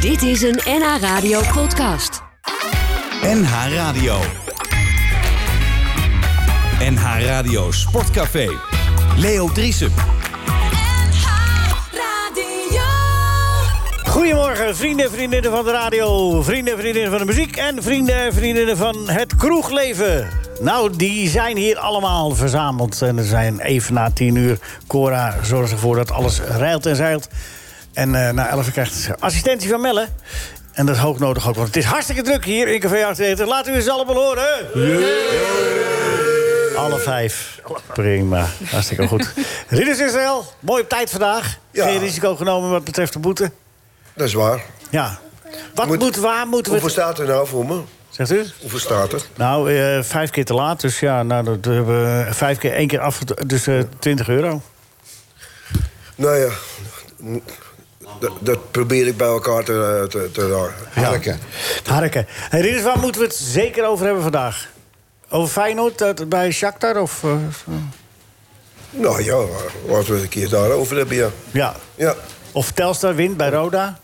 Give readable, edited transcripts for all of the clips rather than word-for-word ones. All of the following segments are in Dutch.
Dit is een NH Radio podcast. NH Radio. NH Radio Sportcafé. Leo Driesen. Goedemorgen, vrienden en vriendinnen van de radio, vrienden en vriendinnen van de muziek en vrienden en vriendinnen van het kroegleven. Nou, die zijn hier allemaal verzameld. En er zijn even na 10 uur. Cora zorgt ervoor dat alles rijlt en zeilt. En na 11 krijgt ze assistentie van Melle. En dat is hoognodig ook, want het is hartstikke druk hier in Café Achtereten. Laten we eens allemaal horen. Alle 5. Prima, hartstikke goed. Ridders Israël, mooi op tijd vandaag. Ja. Geen risico genomen wat betreft de boete. Dat is waar. Ja. Waar moeten we... Hoeveel staat er nou voor me? Zegt u? Hoeveel staat er? Nou, 5 keer te laat. Dus ja, nou, dat hebben we 5 keer 1 keer af. Dus €20. Nou ja, dat probeer ik bij elkaar te harken. Harken. Hey, Ridders, waar moeten we het zeker over hebben vandaag? Over Feyenoord bij Shakhtar? Of, Nou ja, laten we het een keer daarover hebben, ja. Ja. Of Telstar wint bij Roda?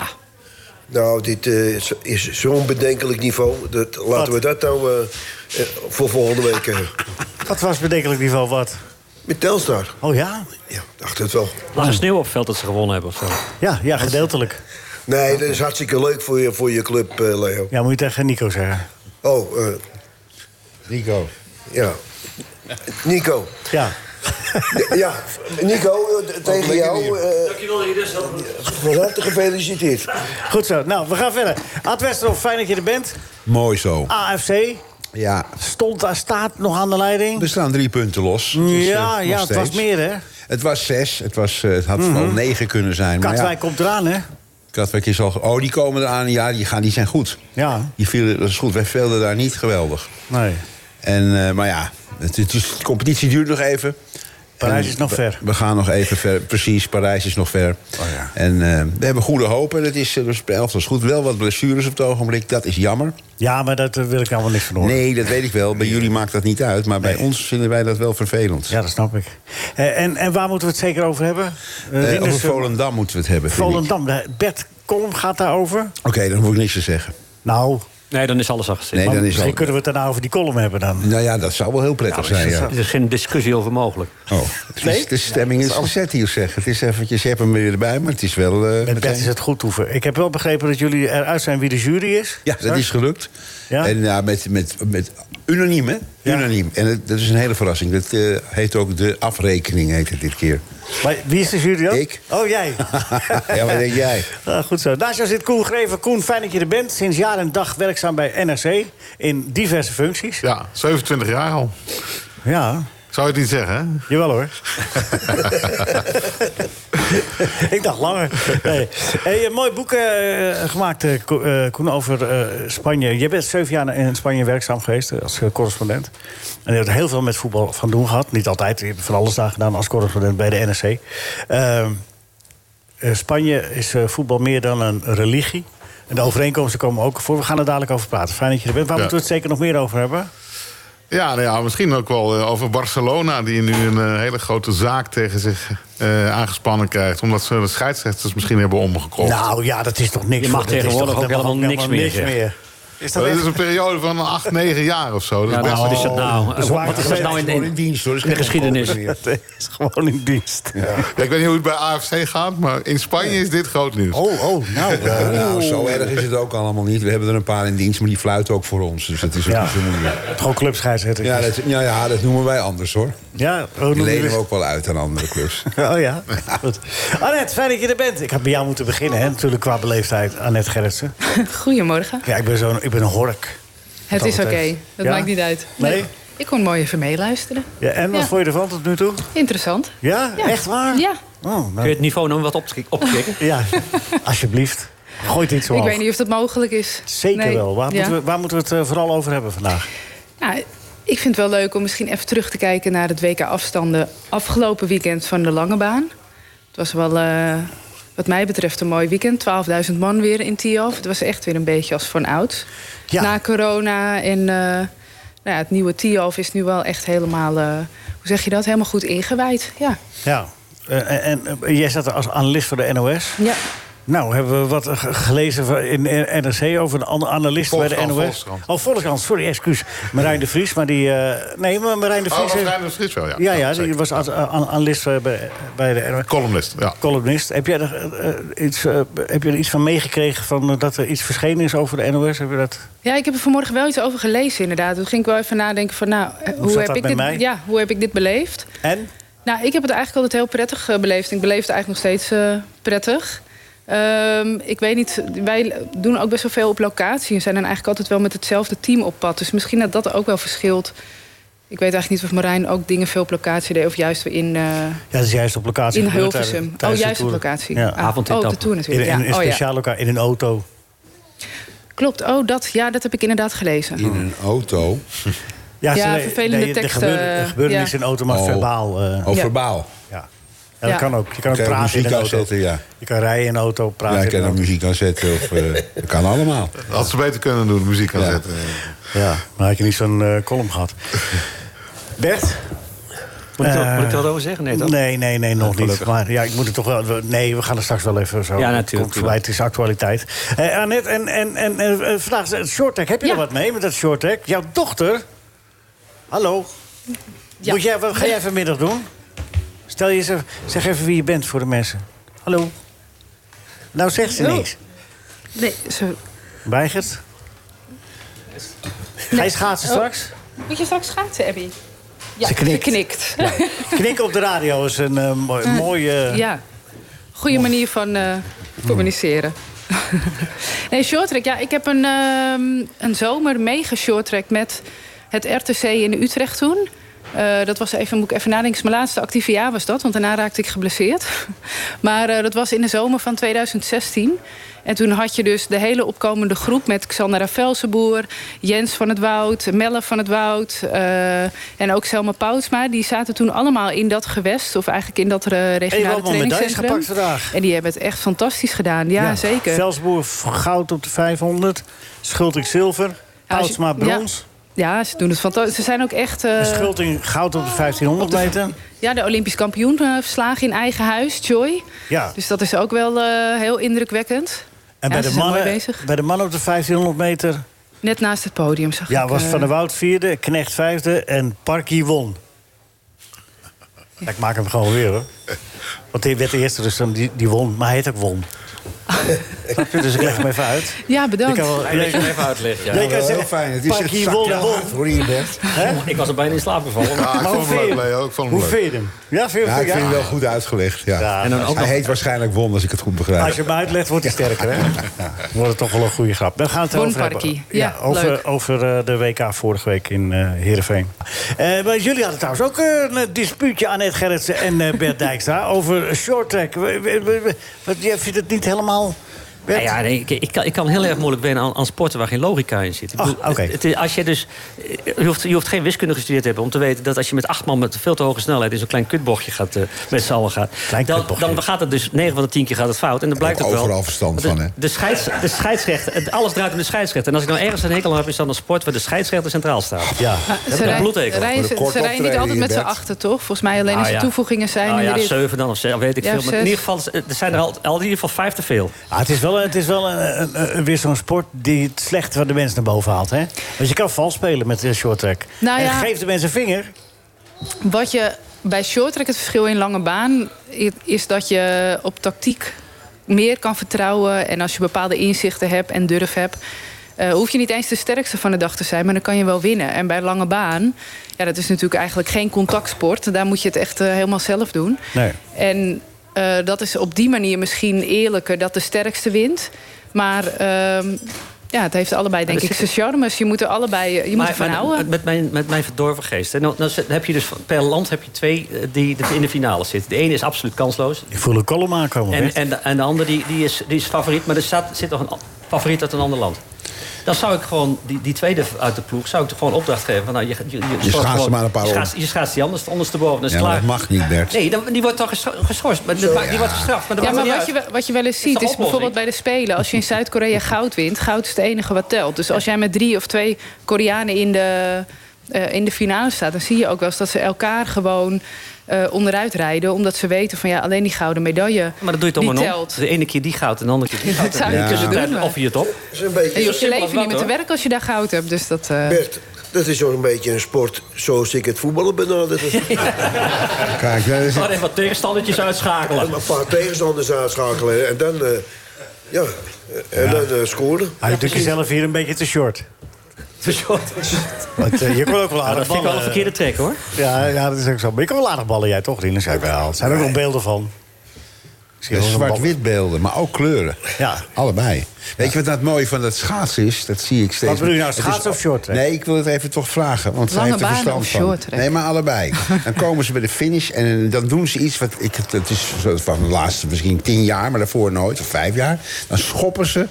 Nou, dit is zo'n bedenkelijk niveau. Laten we dat nou voor volgende week... Wat was bedenkelijk niveau, wat? Met Telstar. Oh ja? Ja, dacht het wel. Was er sneeuw op het veld dat ze gewonnen hebben of zo? Ja, gedeeltelijk. Nee, dat is hartstikke leuk voor je club, Leo. Ja, moet je tegen Nico zeggen. Oh, Nico. ja. Nico. Ja. Ja, Nico, tegen jou. Dankjewel, Ridders. Van harte gefeliciteerd. Goed zo. Nou, we gaan verder. Ad Westerhof, fijn dat je er bent. Mooi zo. AFC Ja, staat nog aan de leiding. er staan 3 punten los. Dus, Ja, nog het was steeds. meer, hè? Het was 6. Het had wel 9 kunnen zijn. Maar Katwijk ja, komt eraan, hè? Katwijk is al... Oh, die komen eraan. Ja, die zijn goed. Ja. Dat is goed. Wij velden daar niet geweldig. Nee. Maar ja, de competitie duurt nog even. Parijs En is nog ver. We gaan nog even ver. Precies, Parijs is nog ver. Oh ja. En we hebben goede hoop. En het is elftal is goed. Wel wat blessures op het ogenblik. Dat is jammer. Ja, maar dat wil ik allemaal niks van horen. Nee, dat weet ik wel. Bij jullie maakt dat niet uit. Maar bij ons vinden wij dat wel vervelend. Ja, dat snap ik. En waar moeten we het zeker over hebben? Over Volendam moeten we het hebben, vind ik. Volendam. Bert Kolm gaat daarover. Oké, dan hoef ik niks te zeggen. Nou, Nee, dan is alles al gezegd. Nee, dan is misschien al... kunnen we het daarna over die column hebben dan. Nou ja, dat zou wel heel prettig Nou, zijn, ja. Er is geen discussie over mogelijk. Oh, Nee? de stemming is gezet hier, zeg. Het is eventjes, je hebt hem weer erbij, maar het is wel... Met Bert is het goed hoeven. Ik heb wel begrepen dat jullie eruit zijn wie de jury is. Ja, dat is gelukt. Ja? En ja, met unaniem, hè? Ja. Unaniem. En dat is een hele verrassing. Dat heet ook de afrekening, heet het dit keer. Maar wie is de jury dan? Ik. Oh, jij. Ja, wat denk jij? Goed zo. Naast jou zit Koen Greven. Koen, fijn dat je er bent. Sinds jaar en dag werkzaam bij NRC. In diverse functies. Ja, 27 jaar al. Ja, Zou je het niet zeggen, hè? jawel hoor. Ik dacht langer. Nee. Hey, een mooi boek gemaakt, Koen, over Spanje. Je bent 7 jaar in Spanje werkzaam geweest als correspondent. En je hebt er heel veel met voetbal van doen gehad. Niet altijd, je hebt van alles daar gedaan als correspondent bij de NRC. Spanje is voetbal meer dan een religie. En de overeenkomsten komen ook voor. We gaan er dadelijk over praten. Fijn dat je er bent. Waar moeten we het zeker nog meer over hebben? Ja, nou ja, misschien ook wel over Barcelona... die nu een hele grote zaak tegen zich aangespannen krijgt... omdat ze de scheidsrechters misschien hebben omgekocht. Nou ja, dat is toch niks. Je mag dat is tegenwoordig toch ook helemaal niks meer zeggen. Is dat Dat echt? is een periode van 8, 9 jaar of zo. Dat is Ja, best nou, wat is het nou? Wat is het nou in dienst, hoor. in de geschiedenis? Het is gewoon in dienst. Ja, ik weet niet hoe het bij AFC gaat, maar in Spanje is dit groot nieuws. Nou. Nou, zo erg is het ook allemaal niet. We hebben er een paar in dienst, maar die fluiten ook voor ons. Dus het is ook Ja. niet zo moeilijk. Gewoon clubscheidsrechter. Ja, dat noemen wij anders, hoor. Ja, Die lenen we ook wel uit aan andere clubs. Oh ja, goed. Annette, fijn dat je er bent. Ik had bij jou moeten beginnen, hè? Natuurlijk qua beleefdheid. Annette Gerritsen. Goedemorgen. Ja, ik ben een hork. Het is oké. Dat Ja? maakt niet uit. Nee? Ik kon mooi even meeluisteren. Ja, en wat Ja. vond je ervan tot nu toe? Interessant. Ja, Ja. echt waar? Ja. Oh, Kun je nou, het niveau nog wat opkrikken? ja, alsjeblieft. Gooi het niet zo Ik hoog. weet niet of dat mogelijk is. Zeker Nee. wel. Waar moeten we het vooral over hebben vandaag? Nou, ik vind het wel leuk om misschien even terug te kijken naar het WK afstanden afgelopen weekend van de lange baan. Het was wel, wat mij betreft, een mooi weekend. 12.000 man weer in Tialf. Het was echt weer een beetje als van oud. Ja. Na corona en het nieuwe Tialf is nu wel echt helemaal, hoe zeg je dat, helemaal goed ingewijd. Ja. Ja. En jij zat er als analist voor de NOS. Ja. Nou, hebben we wat gelezen in NRC over een analist bij de NOS. Volkskrant. Volkskrant, sorry, excuus. Marijn de Vries, maar die... maar Marijn de Vries... Marijn de Vries wel, ja. Ja, die was analist bij de NOS. Columnist, ja. Columnist. Heb je er iets van meegekregen van dat er iets verschenen is over de NOS? Heb je dat... Ja, ik heb er vanmorgen wel iets over gelezen, inderdaad. Toen ging ik wel even nadenken van, hoe heb ik dit beleefd? En? Nou, ik heb het eigenlijk altijd heel prettig beleefd. Ik beleef het eigenlijk nog steeds prettig. Ik weet niet, wij doen ook best wel veel op locatie... en zijn dan eigenlijk altijd wel met hetzelfde team op pad. Dus misschien dat ook wel verschilt. Ik weet eigenlijk niet of Marijn ook dingen veel op locatie deed... of juist weer in... ja, dat is juist op locatie. In Hilversum. Juist op locatie. Ja. Avondetappe. De Tour natuurlijk. In een speciaal lokaal, in een auto. Klopt, dat heb ik inderdaad gelezen. In een auto? Ja, vervelende teksten. Er gebeurde niets in auto, maar verbaal. Verbaal. Ja. Ja, dat kan ook. Je kan ook praten in een auto. Zetten, ja. Je kan rijden in een auto, praten in een auto. Ja, je kan ook muziek aanzetten. Dat kan allemaal. Dat had ze beter kunnen doen, muziek aanzetten. Ja, maar had je niet zo'n column gehad. Bert? Moet ik er wat over zeggen? Nee, toch? Nee, nog niet. Maar ja, ik moet het toch wel... Nee, we gaan er straks wel even zo... Ja, natuurlijk. Voorbij, het is actualiteit. Annette, en vandaag het shorttrack. Heb je er wat mee met dat shorttrack? Jouw dochter... Hallo? Ja. Wat ga jij vanmiddag doen? Stel je eens, zeg even wie je bent voor de mensen. Hallo? Nou zegt ze niks. Nee, ze... Weigert? Ga je schaatsen straks? Moet je straks schaatsen, Abby? Ja, ze knikt. Ja. Knikken op de radio is een mooie... Ja, goede manier van communiceren. Nee, shorttrack. Ja, ik heb een zomer mega shorttrack met het RTC in Utrecht toen. Dat was moet ik even nadenken. Mijn laatste actieve jaar was dat, want daarna raakte ik geblesseerd. Maar dat was in de zomer van 2016. En toen had je dus de hele opkomende groep met Xandra Velsenboer, Jens van het Woud, Melle van het Woud en ook Selma Poutsma. Die zaten toen allemaal in dat gewest, of eigenlijk in dat regionale trainingscentrum. Gepakt vandaag. En die hebben het echt fantastisch gedaan. Ja, zeker. Velsenboer goud op de 500, Schulting zilver, Poutsma brons. Ja, ze doen het fantastisch. Ze zijn ook echt... Schulting goud op de 1500 meter. Ja, de Olympisch kampioen verslagen in eigen huis, Joy. Ja. Dus dat is ook wel heel indrukwekkend. En bij de mannen op de 1500 meter... Net naast het podium, zag ik. Ja, was Van der Woud vierde, Knecht vijfde en Parkie won. Ja, ik maak hem gewoon weer, hoor. Want hij werd de eerste, dus die won. Maar hij heet ook won. Dus ik leg hem even uit. Ja, bedankt. Ik leg hem even uitleggen. Ja. Ja, heel fijn. Het is het zakje voor je bent. Ik was er bijna in slaap gevallen. Ja, ik vond hem leuk. Hoe vind je hem? Ja, ik vind hem wel goed uitgelegd. Ja. En dan ook hij heet waarschijnlijk Won, als ik het goed begrijp. Als je hem uitlegt, wordt hij sterker, hè? Wordt het toch wel een goede grap. We gaan het over hebben. Ja, over de WK vorige week in Heerenveen. Maar jullie hadden trouwens ook een dispuutje, Annette Gerritsen en Bert Dijkstra, over shorttrack. Jij vindt het niet helemaal... Ik kan heel erg moeilijk wennen aan sporten waar geen logica in zit. Als je dus, je hoeft geen wiskunde gestudeerd te hebben om te weten dat als je met 8 man met veel te hoge snelheid in zo'n klein kutbochtje gaat, met z'n allen gaat, dan gaat het dus 9 van de 10 keer gaat het fout. En dan blijkt ook wel overal verstand van, hè? De scheidsrechter, alles draait om de scheidsrechter. En als ik nou ergens een hekel aan heb, is dan een sport waar de scheidsrechter centraal staat. Ja. Ze rijden niet altijd met z'n achten, toch? Volgens mij alleen als er toevoegingen zijn. Ja, 7 dan of 6, weet ik veel. Maar in ieder geval, er zijn er al in ieder geval 5 te veel. Het is wel weer zo'n sport die het slechte van de mens naar boven haalt. Hè? Want je kan vals spelen met shorttrack. En geef de mensen een vinger. Wat je bij shorttrack, het verschil in lange baan, is dat je op tactiek meer kan vertrouwen. En als je bepaalde inzichten hebt en durf hebt, hoef je niet eens de sterkste van de dag te zijn, maar dan kan je wel winnen. En bij lange baan, ja, dat is natuurlijk eigenlijk geen contactsport. Daar moet je het echt helemaal zelf doen. Nee. En dat is op die manier misschien eerlijker dat de sterkste wint. Maar het heeft allebei, denk ik, zijn charmes. Je moet er allebei ervan houden. Met mijn verdorven geest. En dan heb je dus per land heb je 2 die in de finale zitten. De ene is absoluut kansloos. Ik voel een column aankomen. En de andere die is favoriet. Maar er zit nog een favoriet uit een ander land. Dan zou ik gewoon die tweede uit de ploeg zou ik gewoon opdracht geven van, nou, je schaatst er maar een paar op. Je schaatst die ondersteboven. Dat is klaar. Dat mag niet, Bert. Nee, die wordt toch geschorst. Die wordt gestraft. Maar wat je wel eens ziet is bijvoorbeeld bij de Spelen, als je in Zuid-Korea goud wint, goud is het enige wat telt. Dus als jij met 3 of 2 Koreanen in de finale staat, dan zie je ook wel eens dat ze elkaar gewoon onderuit rijden. Omdat ze weten van alleen die gouden medaille. Maar dat doe je toch maar om. De ene keer die goud en de andere keer die goud. Dat zou je kunnen doen. Of je het op. En je leven niet meer te werken als je daar goud hebt. Dus dat... Bert, dat is zo'n beetje een sport zoals ik het voetballen benader. Kijk, dat is... Even wat tegenstandertjes uitschakelen. Een paar tegenstanders uitschakelen en dan... dan scoren. Hij doet jezelf hier een beetje te short. Te short? Want, je kon ook wel aardig dat vind ik wel een verkeerde trek, hoor. Ja, dat is ook zo. Maar je kan wel aardig ballen, jij toch, Rinus? Er zijn er nog beelden van. Zwart-wit beelden, maar ook kleuren. Ja. Allebei. Weet je wat nou het mooie van dat schaatsen is? Dat zie ik steeds. Wat bedoel je nou, schaatsen of shorttrack? Nee, ik wil het even toch vragen. Want zij heeft er verstand van. Nee, maar allebei. Dan komen ze bij de finish en dan doen ze iets wat... Het is van de laatste misschien 10 jaar, maar daarvoor nooit. Of 5 jaar. Dan schoppen ze...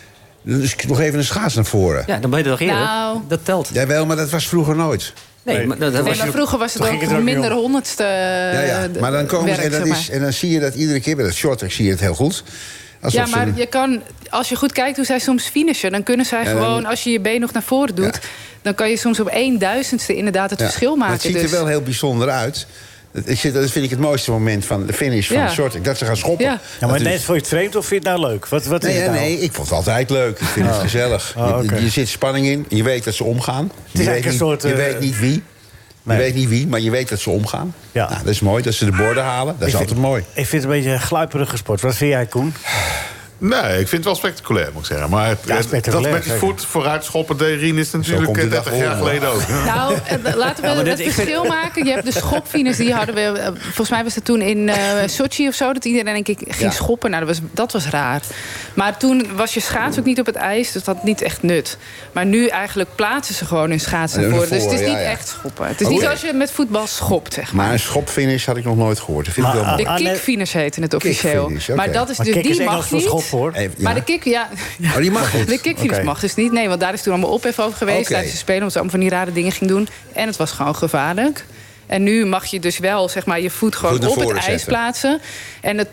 Dus nog even een schaats naar voren. Ja, dan ben je er nog eerder. Nou. Dat telt. Jawel, maar dat was vroeger nooit. Nee, maar vroeger was het ook minder honderdste. Maar dan komen ze en dan zie je dat iedere keer bij dat shorttrack zie je het heel goed. Maar je kan, als je goed kijkt hoe zij soms finishen, dan kunnen zij gewoon, als je je been nog naar voren doet, dan kan je soms op 1/1000ste inderdaad het verschil maken. Maar het ziet er wel heel bijzonder uit. Dat vind ik het mooiste moment van de finish van de shorttrack. Dat ze gaan schoppen. Ja, maar net vond je het vreemd of vind je het nou leuk? Wat is het nou? Nee, ik vond het altijd leuk. Ik vind het gezellig. Je zit spanning in. Je weet dat ze omgaan. Je weet niet wie. Je weet niet wie, maar je weet dat ze omgaan. Ja. Nou, dat is mooi. Dat ze de borden halen. Dat is altijd mooi. Ik vind het een beetje een gluiperige sport. Wat vind jij, Koen? Nee, ik vind het wel spectaculair, moet ik zeggen. Maar dat met die voet vooruit schoppen deed Rinus natuurlijk 30 jaar geleden ook. Nou, laten we het verschil maken. Je hebt de schopfines, die hadden we... Volgens mij was het toen in Sochi of zo, dat iedereen denk ik ging schoppen. Nou, dat was raar. Maar toen was je schaats ook niet op het ijs, dus dat had niet echt nut. Maar nu eigenlijk plaatsen ze gewoon hun schaatsen voor. Dus het is niet echt schoppen. Het is niet zoals je met voetbal schopt, zeg maar. Maar een schopfinish had ik nog nooit gehoord. Dat vind ik wel mooi. De kickfinish heette het officieel. Maar dat is dus, die mag niet. Maar de kick, die mag niet. De kickfinish mag dus niet. Nee, want daar is toen allemaal ophef over geweest tijdens de Spelen, omdat ze allemaal van die rare dingen ging doen. En het was gewoon gevaarlijk. En nu mag je dus wel zeg maar, je voet gewoon op het ijs plaatsen. En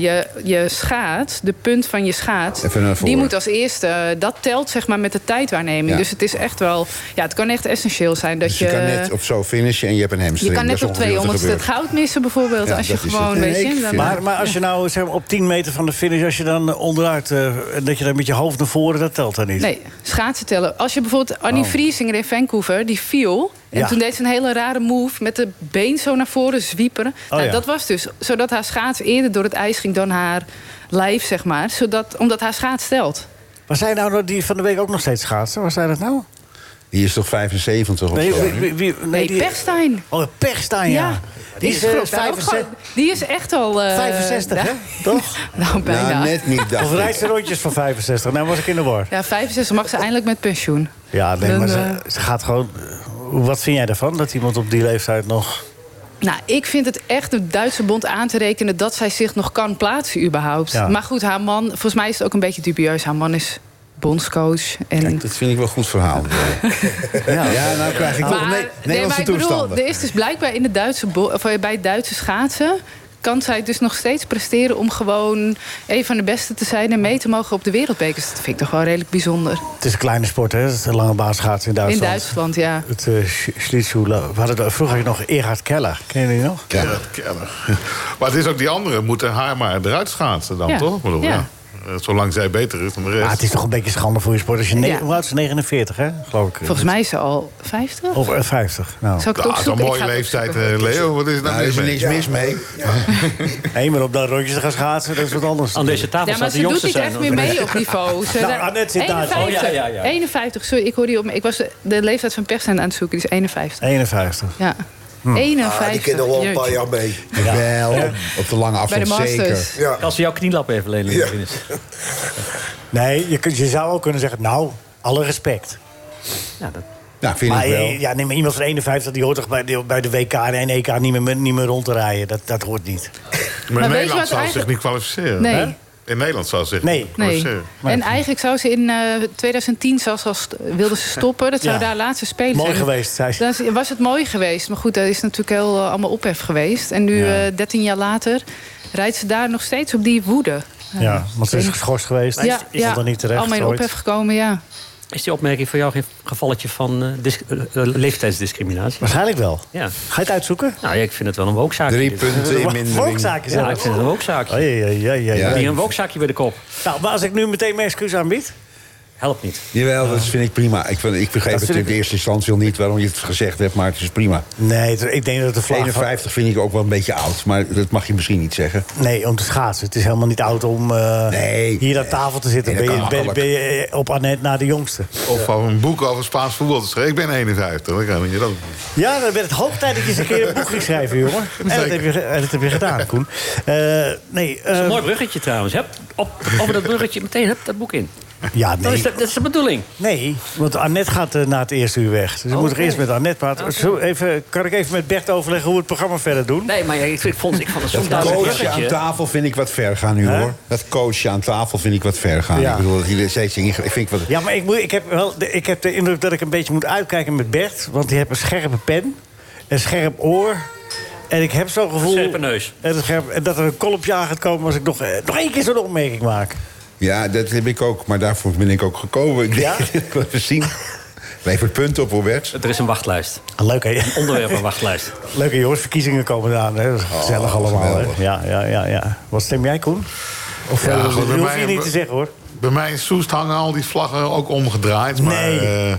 je schaats, de punt van je schaats, die moet als eerste... dat telt zeg maar, met de tijdwaarneming. Ja. Dus het is echt wel... Ja, het kan echt essentieel zijn dat dus je kan net op zo finishen en je hebt een hamstring. Je kan net op 200ste het goud missen bijvoorbeeld. Als je gewoon, weet je... Maar als je nou zeg maar, op 10 meter van de finish... als je dan onderuit... dat je dan met je hoofd naar voren, dat telt dan niet? Nee, schaatsen tellen. Als je bijvoorbeeld Annie Vriesinger in Vancouver, die viel... En toen deed ze een hele rare move met de been zo naar voren zwieperen. Dat was dus zodat haar schaats eerder door het ijs ging dan haar lijf, zeg maar. Omdat haar schaats telt. Was zij nou die van de week ook nog steeds schaatsen? Was zij dat nou? Die is toch 75 of zo? Nee, Pechstein. Oh, Pechstein, ja. Die is echt al... 65, hè? Toch? Nou, bijna. Nou, net niet. Of rijdt ze rondjes van 65? Nou, was ik in de war. Ja, 65 mag ze eindelijk met pensioen. Ja, nee, maar ze gaat gewoon... Wat vind jij ervan, dat iemand op die leeftijd nog... Nou, ik vind het echt de Duitse bond aan te rekenen... dat zij zich nog kan plaatsen überhaupt. Ja. Maar goed, haar man... Volgens mij is het ook een beetje dubieus. Haar man is bondscoach. En... Kijk, dat vind ik wel een goed verhaal. Nou krijg ik wel Nederlandse toestanden. Er is dus blijkbaar in de bij het Duitse schaatsen... kan zij dus nog steeds presteren om gewoon een van de beste te zijn... en mee te mogen op de wereldbekers. Dat vind ik toch wel redelijk bijzonder. Het is een kleine sport, hè? Het is een lange baanschaatsen in Duitsland. In Duitsland, ja. Het Schlittschuh. Vroeger nog Erhard Keller. Ken je die nog? Keller. Maar het is ook die andere. Moeten haar maar eruit schaatsen dan, toch? Ja. Zolang zij beter is dan de rest. Het is toch een beetje schande voor je sport. Als je hoe oud is 49, hè? Geloof ik. Volgens mij is ze al 50. Of 50. Nou. Dat is een mooie leeftijd, Leo. Wat is daar is er niks mis mee. Nee, maar op dat rondje te gaan schaatsen, dat is wat anders. Aan deze tafel maar ze doet niet echt meer mee op niveau. Annette zit daar. 51, sorry, ik hoorde die op. Ik was de leeftijd van Pechstein aan het zoeken. Die is 51. 51. Ja. 51. Die kunnen wel een paar jaar mee. Wel, op de lange afstand zeker. Ja. Als ze jouw knielap even lenen. Ja. Nee, je zou ook kunnen zeggen, nou, alle respect. Ja, dat... Nou, vind ik wel. Ja, neem maar iemand van 51, die hoort toch bij de WK en EK niet meer rond te rijden. Dat hoort niet. Maar Nederland zou zich niet kwalificeren. Nee. Hè? In Nederland zou ze zich niet kwalificeren. En eigenlijk zou ze in 2010 wilde ze stoppen. Dat zou daar laatste spelen mooi geweest, zei ze. Dan was het mooi geweest. Maar goed, dat is natuurlijk allemaal ophef geweest. En nu, 13 jaar later, rijdt ze daar nog steeds op die woede. Ja, want ze is geschorst geweest. Is dat dan niet terecht? Allemaal in ophef gekomen, ja. Is die opmerking voor jou geen gevalletje van leeftijdsdiscriminatie? Waarschijnlijk wel. Ja. Ga je het uitzoeken? Nou ja, ik vind het wel een wookzaakje. 3 punten in mindering. Wookzaakje? Ja, ik vind het een wookzaakje. Hier een wookzaakje bij de kop. Nou, maar als ik nu meteen mijn excuus aanbied... Helpt niet. Jawel, dat vind ik prima. Ik begrijp het in de eerste instantie al niet waarom je het gezegd hebt, maar het is prima. Nee, ik denk dat de vlag... 51 vind ik ook wel een beetje oud, maar dat mag je misschien niet zeggen. Nee, om te schaatsen. Het is helemaal niet oud om hier aan tafel te zitten. Nee, ben je op Annette na de jongste. Of een boek over Spaans voetbal te schrijven. Ik ben 51, dat kan je ook. Ja, dan werd het hoog tijd dat je eens een keer een boek ging schrijven, jongen. En dat heb je gedaan, Koen. Dat is een mooi bruggetje trouwens. Over dat bruggetje meteen dat boek in. Ja, nee. Dat is de bedoeling. Nee, want Annette gaat na het eerste uur weg. Dus we moeten eerst met Annette praten. Kan ik even met Bert overleggen hoe we het programma verder doen? Nee, maar ik vond het soms dat coachje aan tafel vind ik wat ver gaan nu, hoor. Dat coachje aan tafel vind ik wat ver gaan. Ja. Ik bedoel, dat hij steeds Ja, maar ik heb de indruk dat ik een beetje moet uitkijken met Bert. Want die heeft een scherpe pen, een scherp oor... En ik heb zo'n gevoel... Een scherpe neus. En dat er een kolopje aan gaat komen als ik nog één keer zo'n opmerking maak. Ja, dat heb ik ook, maar daarvoor ben ik ook gekomen. Ja? Ik wil even zien. Lever punt op, Robert. Er is een wachtlijst. Leuk, hè? Een onderwerp van wachtlijst. Leuke jongens, verkiezingen komen eraan. Hè? Dat is gezellig allemaal. Hè? Ja. Wat stem jij, Koen? Of ja, dat hoef je niet te zeggen, hoor. Bij mij in Soest hangen al die vlaggen ook omgedraaid. Maar,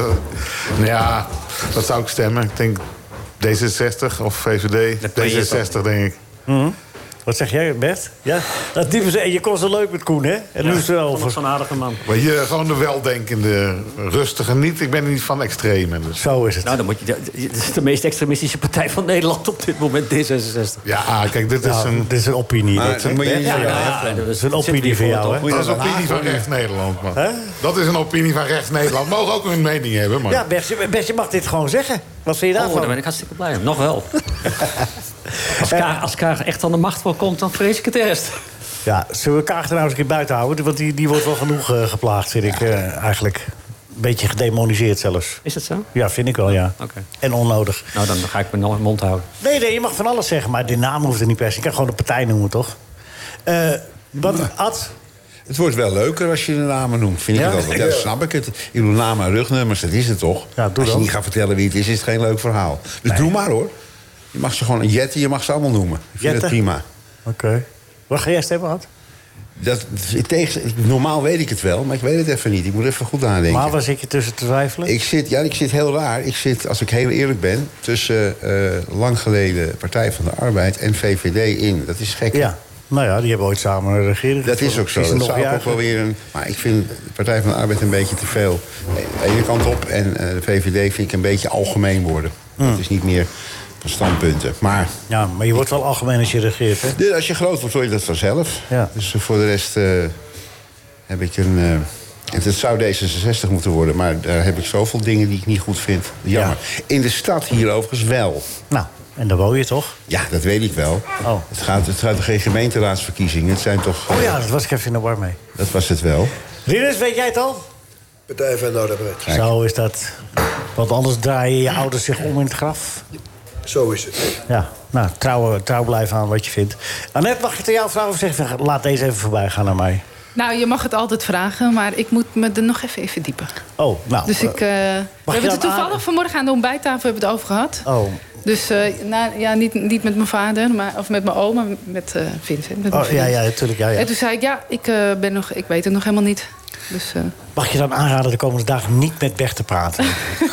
dat zou ik stemmen. Ik denk D66 of VVD. D66, denk ik. Mm-hmm. Wat zeg jij, Bert? Ja? Dat je kon zo leuk met Koen, hè? En nu is het over. Zo'n aardige man. Maar je gewoon de weldenkende, rustige niet. Ik ben niet van extreme. Dus. Zo is het. Nou, dan moet je. Het is de meest extremistische partij van Nederland op dit moment, D66. Ja, kijk, dit is een opinie. Dat is een opinie van jou, hè? Dat is een opinie van rechts Nederland, man. Dat is een opinie van rechts Nederland. Mogen ook een mening hebben, man. Ja, Bert, je mag dit gewoon zeggen. Wat vind je daarvan? Daar ben ik hartstikke blij om. Nog wel. Als Kaag echt aan de macht komt, dan vrees ik het eerst. Ja, zullen we Kaag er nou eens een keer buiten houden? Want die wordt wel genoeg geplaagd, vind ik eigenlijk. Een beetje gedemoniseerd zelfs. Is dat zo? Ja, vind ik wel, ja. Okay. En onnodig. Nou, dan ga ik mijn mond houden. Nee, je mag van alles zeggen, maar de naam hoeft er niet per se. Je kan gewoon de partij noemen, toch? Ad? Het wordt wel leuker als je de namen noemt, vind ik wel. Ja, dat snap ik het. Ik bedoel, namen en rugnummers, dat is het toch? Ja, als je niet gaat vertellen wie het is het geen leuk verhaal. Dus doe maar, hoor. Je mag ze gewoon een Jette, je mag ze allemaal noemen. Ik vind het prima. Oké. Wat ga jij stemmen, Ad? Normaal weet ik het wel, maar ik weet het even niet. Ik moet even goed nadenken. Maar waar zit je tussen te twijfelen? Ik zit heel raar. Ik zit, als ik heel eerlijk ben, tussen lang geleden Partij van de Arbeid en VVD in. Dat is gek. Ja. Nou ja, die hebben ooit samen regeren. Dat is ook zo. Dat zou ook wel weer maar ik vind de Partij van de Arbeid een beetje te veel. De ene kant op en de VVD vind ik een beetje algemeen worden. Dat is niet meer van standpunten. Maar je wordt wel algemeen als je regeert, hè? Als je groot wordt, word je dat vanzelf. Ja. Dus voor de rest heb ik een... Het zou D66 moeten worden, maar daar heb ik zoveel dingen die ik niet goed vind. Jammer. Ja. In de stad hier overigens wel. Nou, en daar woon je toch? Ja, dat weet ik wel. Oh. Het gaat geen gemeenteraadsverkiezingen. Het zijn toch... dat was ik even in de war mee. Dat was het wel. Rinus, weet jij het al? Partij van de Arbeid. Zo is dat. Want anders draaien je ouders zich om in het graf. Zo is het. Ja, nou, trouw blijven aan wat je vindt. Annette, mag ik tegen jou vragen of zeggen... laat deze even voorbij gaan naar mij? Nou, je mag het altijd vragen, maar ik moet me er nog even in verdiepen. Oh, nou... Dus we hebben het toevallig vanmorgen aan de ontbijttafel hebben we het over gehad. Oh. Dus niet met mijn vader, of met mijn oom, maar met Vincent. Met ja, natuurlijk. Ja. En toen zei ik, ik weet het nog helemaal niet. Dus, mag je dan aanraden de komende dagen niet met Bert te praten?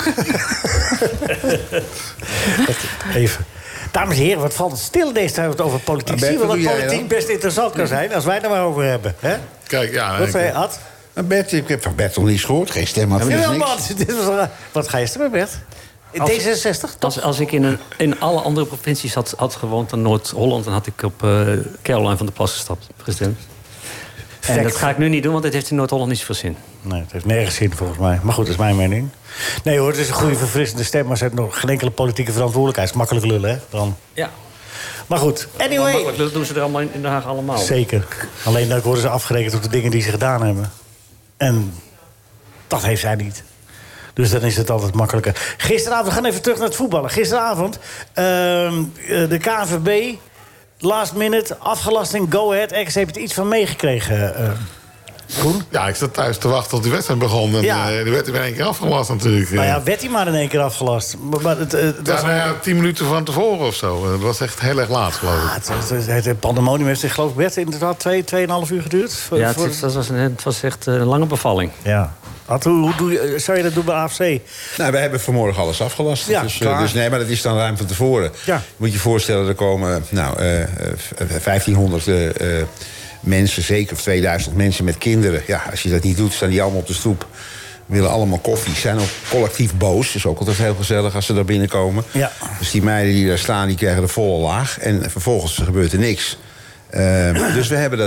Even. Dames en heren, wat valt het stil deze tijd over politiek? Zie je wat politiek best interessant kan zijn als wij het er maar over hebben. Hè? Kijk, ja. Wat zei je, Ad? Bert, ik heb van Bert nog niet gehoord. Geen stemadvies, niks. Wat ga je stemmen, Bert? In D66? Als ik in alle andere provincies had gewoond dan Noord-Holland... dan had ik op Caroline van der Plas gestapt, president. En dat ga ik nu niet doen, want het heeft in Noord-Holland niet zoveel zin. Nee, het heeft nergens zin volgens mij. Maar goed, dat is mijn mening. Nee hoor, het is een goede verfrissende stem... maar ze hebben nog geen enkele politieke verantwoordelijkheid. Het is makkelijk lullen, hè? Dan. Ja. Maar goed, anyway... Makkelijk lullen doen ze er allemaal in Den Haag allemaal. Zeker. Alleen dan worden ze afgerekend op de dingen die ze gedaan hebben. En dat heeft zij niet. Dus dan is het altijd makkelijker. Gisteravond, we gaan even terug naar het voetballen. Gisteravond, de KNVB... Last minute, afgelasting, go ahead. X heeft het iets van meegekregen. Koen? Ja, ik zat thuis te wachten tot die wedstrijd begon. En die werd in één keer afgelast natuurlijk. Nou ja, werd hij maar in één keer afgelast. Maar het was 10 minuten van tevoren of zo. Het was echt heel erg laat, geloof ik. Het pandemonium heeft zich, geloof ik, werd inderdaad 2,5 uur geduurd. Het was echt een lange bevalling. Ja. Hoe zou je dat doen bij AFC? Nou, wij hebben vanmorgen alles afgelast. Ja, dus nee, maar dat is dan ruim van tevoren. Ja. Je moet je voorstellen, er komen 1500 mensen, zeker of 2000 mensen met kinderen. Ja, als je dat niet doet, staan die allemaal op de stoep. Willen allemaal koffie. Zijn ook collectief boos. Dat is ook altijd heel gezellig als ze daar binnenkomen. Ja. Dus die meiden die daar staan, die krijgen de volle laag. En vervolgens gebeurt er niks. Dus we hebben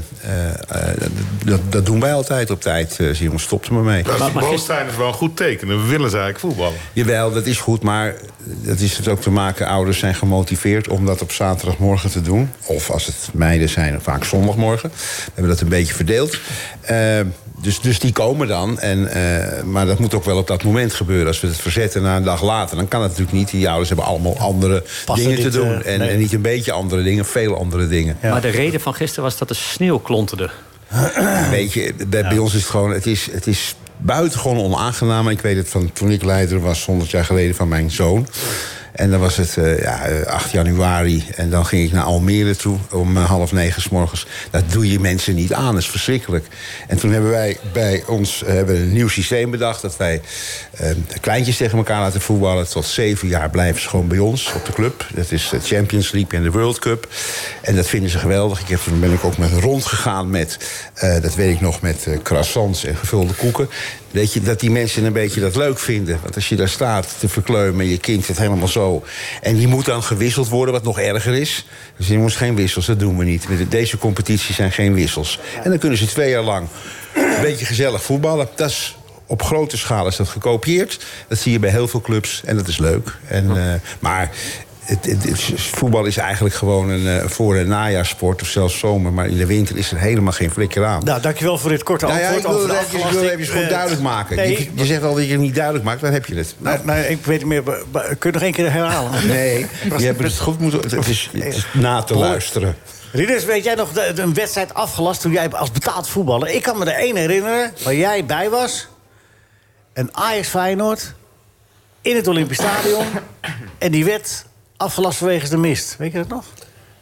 dat doen wij altijd op tijd. Jongens, stopt er maar mee. Maar boos zijn is wel een goed teken. We willen ze eigenlijk voetballen. Jawel, dat is goed, maar dat is het ook te maken. Ouders zijn gemotiveerd om dat op zaterdagmorgen te doen. Of als het meiden zijn, vaak zondagmorgen. We hebben dat een beetje verdeeld. Dus die komen dan. Maar dat moet ook wel op dat moment gebeuren. Als we het verzetten na een dag later, dan kan het natuurlijk niet. Die ouders hebben allemaal andere dingen te doen. En niet een beetje andere dingen, veel andere dingen. Ja. Maar de reden van gisteren was dat de sneeuw klonterde. Weet je, bij ons is het gewoon... Het is buitengewoon onaangenaam. Ik weet het van toen ik leider was, 100 jaar geleden, van mijn zoon. En dan was het 8 januari. En dan ging ik naar Almere toe om 8:30 's morgens. Dat doe je mensen niet aan, dat is verschrikkelijk. En toen hebben wij bij ons een nieuw systeem bedacht. Dat wij kleintjes tegen elkaar laten voetballen. Tot 7 jaar blijven ze gewoon bij ons op de club. Dat is de Champions League en de World Cup. En dat vinden ze geweldig. Toen ben ik ook met rondgegaan met, dat weet ik nog, met croissants en gevulde koeken. Weet je, dat die mensen een beetje dat leuk vinden. Want als je daar staat te verkleumen, je kind zit helemaal zo. En die moet dan gewisseld worden, wat nog erger is. Dus jongens, geen wissels, dat doen we niet. Deze competities zijn geen wissels. En dan kunnen ze 2 jaar lang een beetje gezellig voetballen. Dat is, op grote schaal is dat gekopieerd. Dat zie je bij heel veel clubs en dat is leuk. Maar... voetbal is eigenlijk gewoon een voor- en najaarssport, of zelfs zomer. Maar in de winter is er helemaal geen flikker aan. Nou, dankjewel voor dit korte antwoord. Ik wil het even goed duidelijk maken. Nee, je zegt al dat je het niet duidelijk maakt, dan heb je het. Nee, ik weet niet meer. Kun je nog één keer herhalen? Nee, je hebt het goed moeten... Het is na te luisteren. Rinus, weet jij nog een wedstrijd afgelast toen jij als betaald voetballer... Ik kan me er één herinneren waar jij bij was. Een Ajax-Feyenoord in het Olympisch Stadion. En die werd... afgelast vanwege de mist. Weet je dat nog?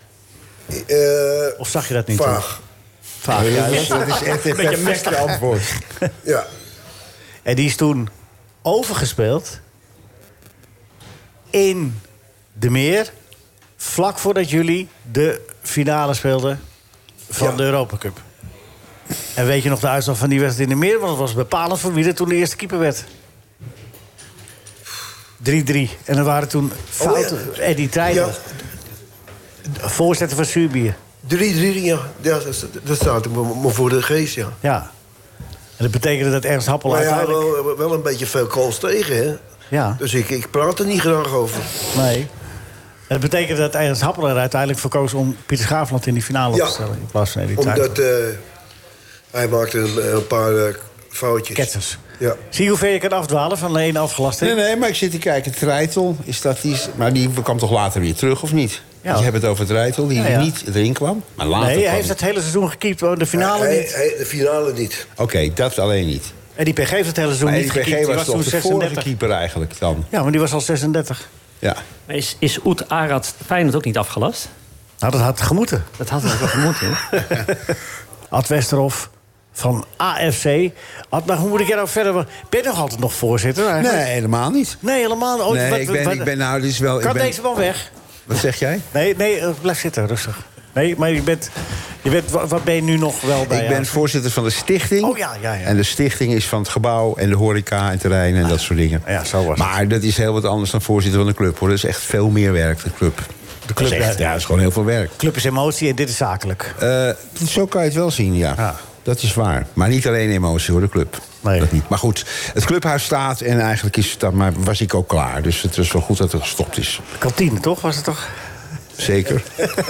Of zag je dat niet? Vaag. Vaag, ja. Dat is echt een perfecte antwoord. Ja. En die is toen overgespeeld in de Meer... vlak voordat jullie de finale speelden van de Europa Cup. En weet je nog de uitslag van die wedstrijd in de Meer? Want het was bepalend voor wie er toen de eerste keeper werd. 3-3. En er waren toen fouten. Eddie Treijden. Ja. Voorzitter van Zuurbier. 3-3, ja. Dat staat me voor de geest, ja. Ja. En dat betekende dat Ernst Happel uiteindelijk... wel een beetje veel goals tegen, hè. Ja. Dus ik praat er niet graag over. Nee. En dat betekende dat Ernst Happel er uiteindelijk voor koos... om Pieter Schaafland in die finale op te stellen. In plaats van Eddie Treijden. Omdat hij maakte een paar foutjes. Ketters. Ja. Zie je hoe ver je kan afdwalen van de ene afgelast? Nee, maar ik zit te kijken. Treitel, is dat die... Maar die kwam toch later weer terug, of niet? Ja. Je hebt het over Treitel, die niet erin kwam. Maar later hij heeft het hele seizoen gekiept, de finale niet. De finale niet. Oké, dat alleen niet. En die PG heeft het hele seizoen niet gekiept. Die was toch de vorige keeper eigenlijk dan? Ja, maar die was al 36. Ja. Is Oet Arad Feyenoord ook niet afgelast? Nou, dat had gemoeten. Dat had wel gemoeten. Ad Westerhof van AFC. Maar hoe moet ik er nou verder... Ben je nog altijd nog voorzitter eigenlijk? Nee, helemaal niet. Nee, helemaal niet. Nee, ik ben nou, dit is wel... Deze man weg? Wat zeg jij? Nee, blijf zitten, rustig. Nee, maar wat ben je nu nog wel bij? Ik ben voorzitter van de stichting. Oh ja. En de stichting is van het gebouw en de horeca en terreinen en dat soort dingen. Ja, zo was het. Maar dat is heel wat anders dan voorzitter van de club, hoor. Dat is echt veel meer werk, de club. De club dat is gewoon heel veel werk. De club is emotie en dit is zakelijk. Zo kan je het wel zien, ja. Dat is waar. Maar niet alleen emotie, hoor, de club. Nee. Dat niet. Maar goed, het clubhuis staat en eigenlijk is het dan, maar was ik ook klaar. Dus het is wel goed dat het gestopt is. De kantine, toch? Was het toch? Zeker.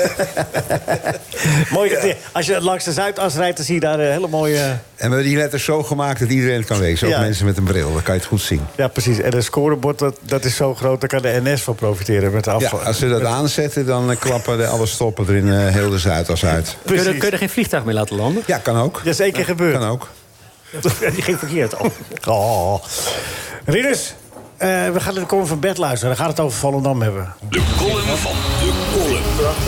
Mooi, als je langs de Zuidas rijdt, dan zie je daar hele mooie... En we hebben die letters zo gemaakt dat iedereen het kan lezen. Ook mensen met een bril, dan kan je het goed zien. Ja, precies. En het scorebord, dat is zo groot, daar kan de NS van profiteren. Met de als ze dat aanzetten, dan klappen alle stoppen er in heel de Zuidas uit. Kun je er geen vliegtuig mee laten landen? Ja, kan ook. Dat is 1 keer gebeurd. Kan ook. Die ging verkeerd. Ridders, we gaan de column van Bert luisteren. Dan gaat het over Volendam hebben. De column van de column.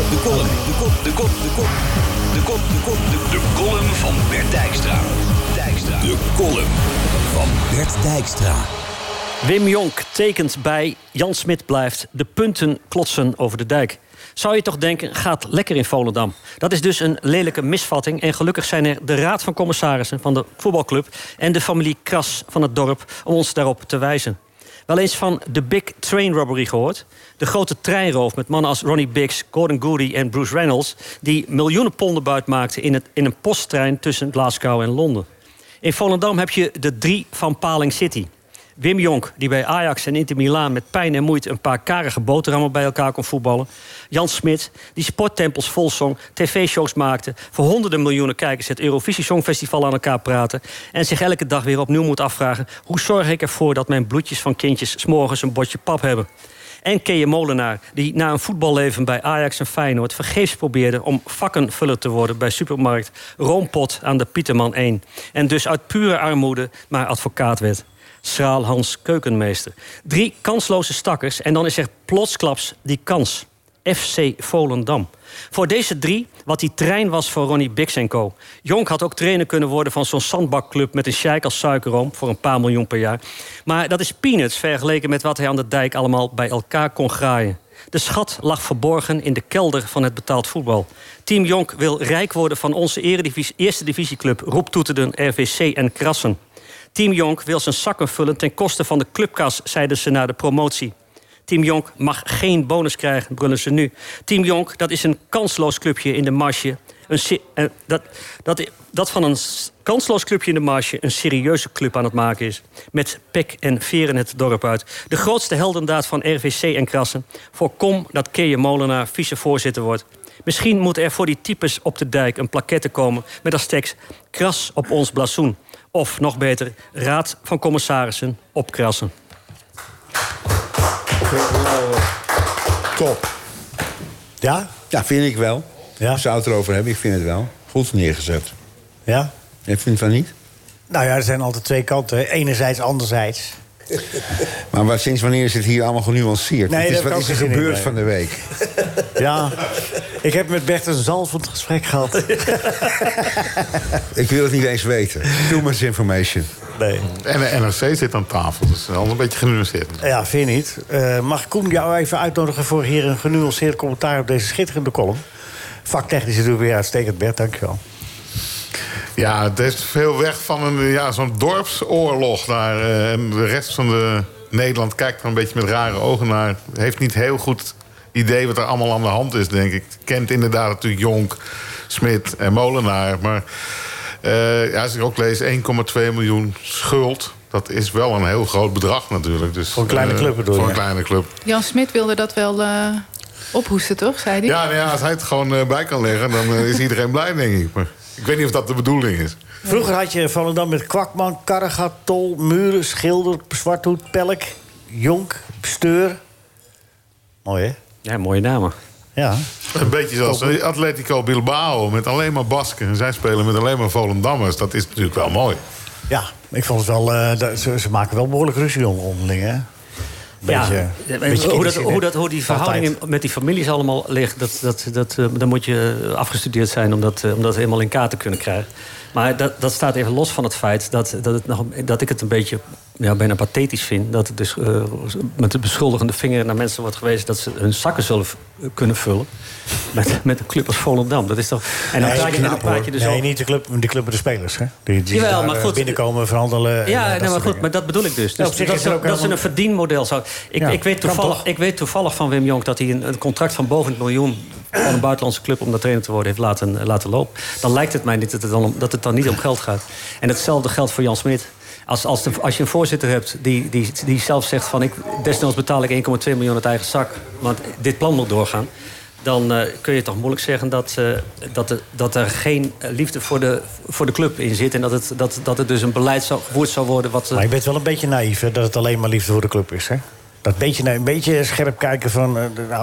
De column van Bert Dijkstra. De column van Bert Dijkstra. Wim Jonk tekent bij, Jan Smit blijft. De punten klotsen over de dijk. Zou je toch denken, gaat lekker in Volendam. Dat is dus een lelijke misvatting. En gelukkig zijn er de raad van commissarissen van de voetbalclub en de familie Kras van het dorp om ons daarop te wijzen. Wel eens van de Big Train Robbery gehoord? De grote treinroof met mannen als Ronnie Biggs, Gordon Goody en Bruce Reynolds, die miljoenen ponden buit maakten in een posttrein tussen Glasgow en Londen. In Volendam heb je de 3 van Paling City. Wim Jonk, die bij Ajax en Inter Milaan met pijn en moeite een paar karige boterhammen bij elkaar kon voetballen. Jan Smit, die sporttempels volzong, tv-shows maakte, voor honderden miljoenen kijkers het Eurovisie Songfestival aan elkaar praten en zich elke dag weer opnieuw moet afvragen: hoe zorg ik ervoor dat mijn bloedjes van kindjes 's morgens een bordje pap hebben? En Keje Molenaar, die na een voetballeven bij Ajax en Feyenoord vergeefs probeerde om vakkenvuller te worden bij supermarkt Roompot aan de Pieterman 1. En dus uit pure armoede maar advocaat werd. Schraal Hans Keukenmeester. 3 kansloze stakkers en dan is er plotsklaps die kans. FC Volendam. Voor deze 3, wat die trein was voor Ronnie Biggs & Co. Jonk had ook trainer kunnen worden van zo'n zandbakclub met een sheik als suikeroom voor een paar miljoen per jaar. Maar dat is peanuts vergeleken met wat hij aan de dijk allemaal bij elkaar kon graaien. De schat lag verborgen in de kelder van het betaald voetbal. Team Jonk wil rijk worden van onze eerste divisieclub Roeptoeterden, RVC en Krassen. Team Jonk wil zijn zakken vullen ten koste van de clubkas, zeiden ze na de promotie. Team Jonk mag geen bonus krijgen, brullen ze nu. Team Jonk, dat is een kansloos clubje in de marge. Dat van een kansloos clubje in de marge een serieuze club aan het maken is. Met pek en veren het dorp uit. De grootste heldendaad van RVC en Krassen. Voorkom dat Keje Molenaar vicevoorzitter wordt. Misschien moet er voor die types op de dijk een plaquette komen met als tekst: Kras op ons blazoen. Of nog beter, raad van commissarissen op Krassen. Top. Ja? Ja, vind ik wel. Ja? Ik zou het erover hebben, ik vind het wel. Goed neergezet. Ja? Ik vind het wel niet. Nou ja, er zijn altijd 2 kanten. Hè. Enerzijds, anderzijds. Maar sinds wanneer is het hier allemaal genuanceerd? Nee, wat is er gebeurd van de week? Ja, ik heb met Bert een zalvend gesprek gehad. Ik wil het niet eens weten. Too much information. Nee. En de NRC zit aan tafel, dus al een beetje genuanceerd. Ja, vind je niet. Mag Koen jou even uitnodigen voor hier een genuanceerd commentaar op deze schitterende column? Vaktechnisch natuurlijk weer uitstekend, Bert, dankjewel. Ja, het is veel weg van zo'n dorpsoorlog daar. En de rest van Nederland kijkt er een beetje met rare ogen naar. Heeft niet heel goed idee wat er allemaal aan de hand is, denk ik. Kent inderdaad natuurlijk Jonk, Smit en Molenaar. Maar als ik ook lees 1,2 miljoen schuld. Dat is wel een heel groot bedrag natuurlijk. Dus, voor een kleine club bedoel je? Voor een kleine club. Jan Smit wilde dat wel ophoesten, toch? Zei hij? Ja, als hij het gewoon bij kan leggen, dan is iedereen blij, denk ik. Maar ik weet niet of dat de bedoeling is. Vroeger had je Volendam met Kwakman, Karregat, Tol, Muren, Schilder, Zwarthoed, Pelk, Jonk, Steur. Mooi, hè? Ja, mooie namen. Ja. Een beetje zoals Atletico Bilbao met alleen maar Basken. En zij spelen met alleen maar Volendammers. Dat is natuurlijk wel mooi. Ja, ik vond het wel... ze maken wel behoorlijk ruzie onderling, hè? Hoe die verhouding met die families allemaal ligt, dan moet je afgestudeerd zijn om dat helemaal in kaart te kunnen krijgen. Maar dat staat even los van het feit dat ik het een beetje bijna pathetisch vind. Dat het dus met de beschuldigende vinger naar mensen wordt gewezen dat ze hun zakken zullen kunnen vullen. Met een club als Volendam. Dat is toch. En dan praat je dus nee, niet de club met de spelers, hè? Die jawel, maar goed, binnenkomen, verhandelen. Ja, maar goed, maar dat bedoel ik dus. Dat is een verdienmodel zou. Ik weet toevallig van Wim Jonk dat hij een contract van boven het miljoen van een buitenlandse club om dat trainer te worden heeft laten lopen. Dan lijkt het mij niet dat het dan niet om geld gaat. En hetzelfde geldt voor Jan Smit. Als je een voorzitter hebt die zelf zegt van desnoods betaal ik 1,2 miljoen uit eigen zak, want dit plan moet doorgaan. dan kun je toch moeilijk zeggen dat er geen liefde voor de club in zit. En dat het dus een beleid gevoerd zou worden. Maar je bent wel een beetje naïef, hè, dat het alleen maar liefde voor de club is, hè? Dat een beetje scherp kijken van...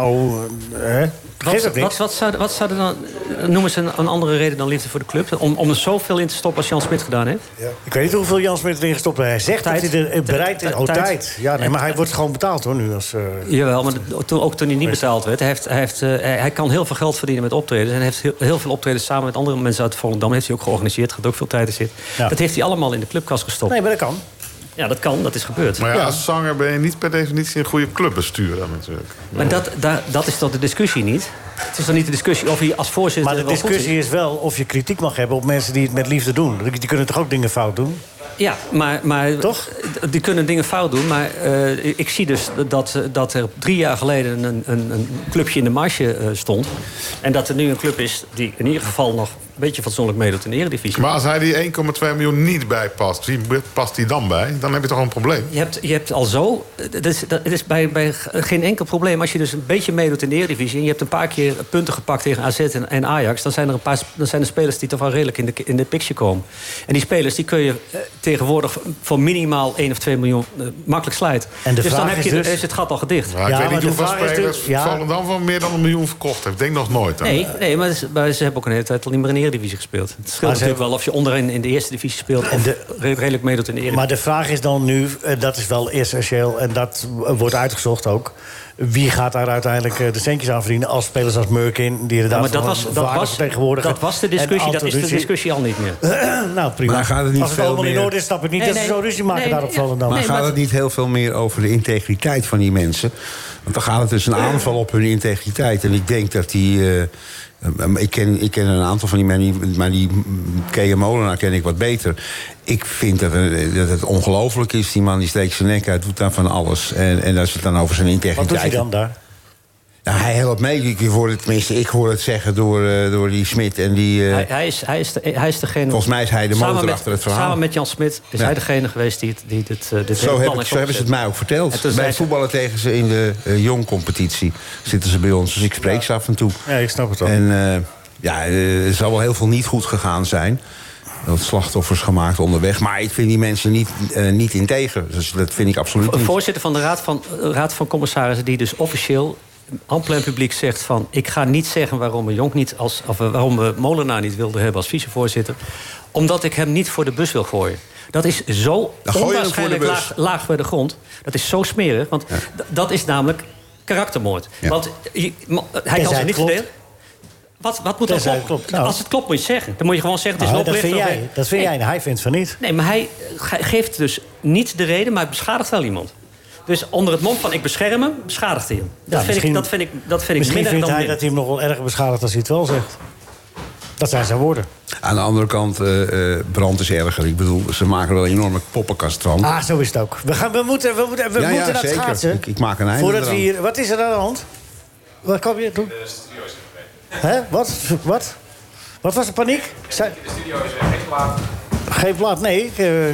Wat zou er dan... Noemen ze een andere reden dan liefde voor de club? Om er zoveel in te stoppen als Jan Smit gedaan heeft? Ja. Ik weet niet hoeveel Jan Smit erin gestopt heeft. Hij zegt dat hij er bereid is. Tijd. Ja, nee, maar hij wordt gewoon betaald, hoor, nu. Jawel, maar ook toen hij niet betaald werd. Hij kan heel veel geld verdienen met optredens. En hij heeft heel veel optredens samen met andere mensen uit Volendam. Heeft hij ook georganiseerd. Gaat ook veel tijd in zitten. Ja. Dat heeft hij allemaal in de clubkast gestopt. Nee, maar dat kan. Ja, dat kan, dat is gebeurd. Maar als zanger ben je niet per definitie een goede clubbestuurder natuurlijk. Maar dat is toch de discussie niet? Het is toch niet de discussie of je als voorzitter... Maar de discussie is wel of je kritiek mag hebben op mensen die het met liefde doen. Die kunnen toch ook dingen fout doen? Ja, maar toch? Die kunnen dingen fout doen. Maar ik zie dus dat er 3 jaar geleden een clubje in de marge stond. En dat er nu een club is die in ieder geval nog een beetje fatsoenlijk meedoet in de Eredivisie. Maar als hij die 1,2 miljoen niet bijpast, wie past die dan bij? Dan heb je toch een probleem? Je hebt al zo... Het is bij geen enkel probleem. Als je dus een beetje meedoet in de Eredivisie... en je hebt een paar keer punten gepakt tegen AZ en Ajax... dan zijn er spelers die toch wel redelijk in de picture komen. En die spelers die kun je tegenwoordig voor minimaal 1 of 2 miljoen makkelijk slijten. Dus dan is het gat al gedicht. Ja, ik weet niet hoeveel spelers Volendam van meer dan 1 miljoen verkocht heeft. Ik denk nog nooit. Nee, maar ze hebben ook een hele tijd al niet meer in de Eredivisie gespeeld. Het scheelt natuurlijk wel of je onderin in de eerste divisie speelt... of redelijk meedoet in de Eredivisie. Maar de vraag is dan nu, dat is wel essentieel... en dat wordt uitgezocht ook... wie gaat daar uiteindelijk de centjes aan verdienen... als spelers als Murkin, die inderdaad dat was de discussie, dat is de discussie al niet meer. Nou, prima. Maar gaat het niet als het allemaal in orde is, snap ik niet dat ze zo ruzie maken daar op Volendam. Maar gaat het niet heel veel meer over de integriteit van die mensen? Want dan gaat het dus een aanval op hun integriteit. En ik denk dat die... Ik ken een aantal van die mensen, maar die Kees Molenaar ken ik wat beter. Ik vind dat het ongelooflijk is. Die man die steekt zijn nek uit, doet daar van alles. En als het dan over zijn integriteit... Wat doet hij dan daar? Nou, hij helpt mee. Ik hoor het zeggen door die Smit en die... Hij is degene... Volgens mij is hij de motor achter het verhaal. Samen met Jan Smit is hij degene geweest die dit zo hebben ze het mij ook verteld. Bij voetballen tegen ze in de jong-competitie zitten ze bij ons. Dus ik spreek ze af en toe. Ja, ik snap het wel. En er zal wel heel veel niet goed gegaan zijn. Dat slachtoffers gemaakt onderweg. Maar ik vind die mensen niet integer. Dus dat vind ik absoluut niet. Voorzitter van de Raad van Commissarissen... die dus officieel aan plein publiek zegt van... ik ga niet zeggen waarom we Jonk niet waarom we Molenaar niet wilden hebben als vicevoorzitter. Omdat ik hem niet voor de bus wil gooien. Dat is zo onwaarschijnlijk laag bij de grond. Dat is zo smerig, want dat is namelijk karaktermoord. Ja. Want hij kan zich niet verdelen. Wat moet dat kloppen? Nou. Als het klopt moet je het zeggen. Dan moet je gewoon zeggen, het is dat vind jij. Hij vindt van niet. Nee, maar hij geeft dus niet de reden, maar hij beschadigt wel iemand. Dus onder het mom van ik bescherm hem, beschadigt hij hem. Dat vind ik misschien vindt hij dat hij hem nog wel erger beschadigt als hij het wel zegt. Dat zijn zijn woorden. Aan de andere kant, brand is erger. Ik bedoel, ze maken wel een enorme poppenkast van. Zo is het ook. We moeten naar het schaatsen. Ik maak een einde voordat we hier. Wat is er aan de hand? Wat kan je doen? De studio is weg. Hè? Wat? Wat was de paniek? De studio is weg. Geen plaat. Geen plaat, nee.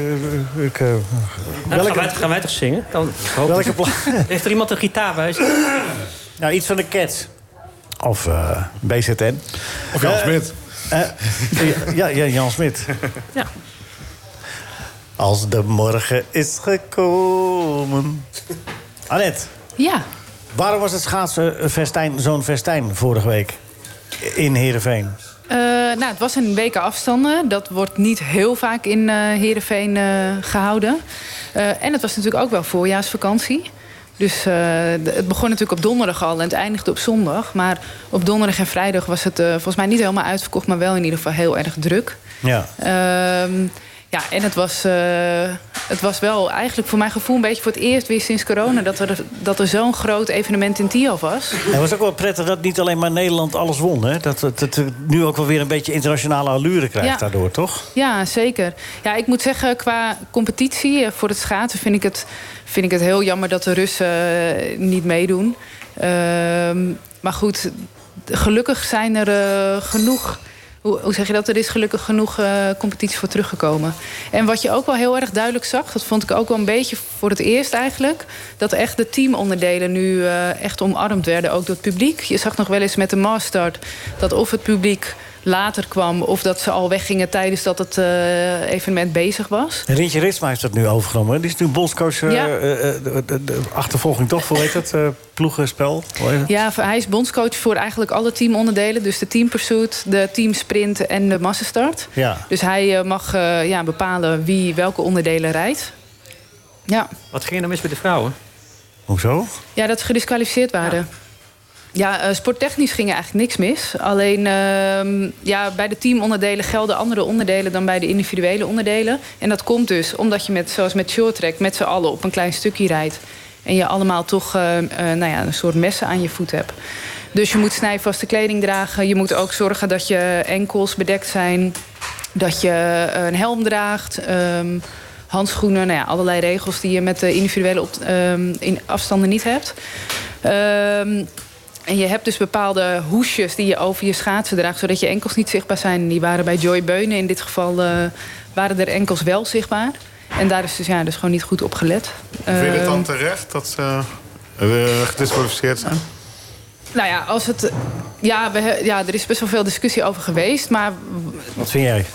Gaan wij toch zingen? Welke plaat? Heeft er iemand een gitaar bij zich? Nou, iets van de Cats. Of BZN. Of Jan Smit. Ja, Jan Smit. Ja. Als de morgen is gekomen. Annette. Ja. Waarom was het schaatsen zo'n festijn vorige week in Heerenveen? Het was een weken afstanden. Dat wordt niet heel vaak in Heerenveen gehouden. En het was natuurlijk ook wel voorjaarsvakantie. Dus het begon natuurlijk op donderdag al en het eindigde op zondag. Maar op donderdag en vrijdag was het volgens mij niet helemaal uitverkocht... maar wel in ieder geval heel erg druk. Ja. En het was wel eigenlijk voor mijn gevoel een beetje voor het eerst weer sinds corona... dat er zo'n groot evenement in Tialf was. Het was ook wel prettig dat niet alleen maar Nederland alles won. Hè? Dat het nu ook wel weer een beetje internationale allure krijgt daardoor, toch? Ja, zeker. Ja, ik moet zeggen, qua competitie voor het schaatsen vind ik het heel jammer dat de Russen niet meedoen. Maar goed, gelukkig zijn er genoeg hoe zeg je dat? Er is gelukkig genoeg competitie voor teruggekomen. En wat je ook wel heel erg duidelijk zag, dat vond ik ook wel een beetje voor het eerst eigenlijk, dat echt de teamonderdelen nu echt omarmd werden, ook door het publiek. Je zag nog wel eens met de Maastart dat of het publiek later kwam of dat ze al weggingen tijdens dat het evenement bezig was. Rintje Ritsma heeft dat nu overgenomen. Die is nu bondscoach de achtervolging toch, hoe heet dat? Ploegenspel? Ja, hij is bondscoach voor eigenlijk alle teamonderdelen. Dus de team pursuit, de team sprint en de massastart. Ja. Dus hij mag bepalen wie welke onderdelen rijdt. Ja. Wat ging er nou mis met de vrouwen? Hoezo? Ja, dat ze gedisqualificeerd waren. Ja, sporttechnisch ging er eigenlijk niks mis. Alleen bij de teamonderdelen gelden andere onderdelen dan bij de individuele onderdelen. En dat komt dus omdat je zoals met shorttrack met z'n allen op een klein stukje rijdt. En je allemaal toch een soort messen aan je voet hebt. Dus je moet snijvaste kleding dragen. Je moet ook zorgen dat je enkels bedekt zijn. Dat je een helm draagt. Handschoenen, allerlei regels die je met de individuele afstanden niet hebt. En je hebt dus bepaalde hoesjes die je over je schaatsen draagt, zodat je enkels niet zichtbaar zijn. Die waren bij Joy Beunen in dit geval waren er enkels wel zichtbaar. En daar is dus gewoon niet goed op gelet. Vind je het dan terecht dat ze gedisqualificeerd zijn? Nou ja, als het. Er is best wel veel discussie over geweest. Maar wat vind jij?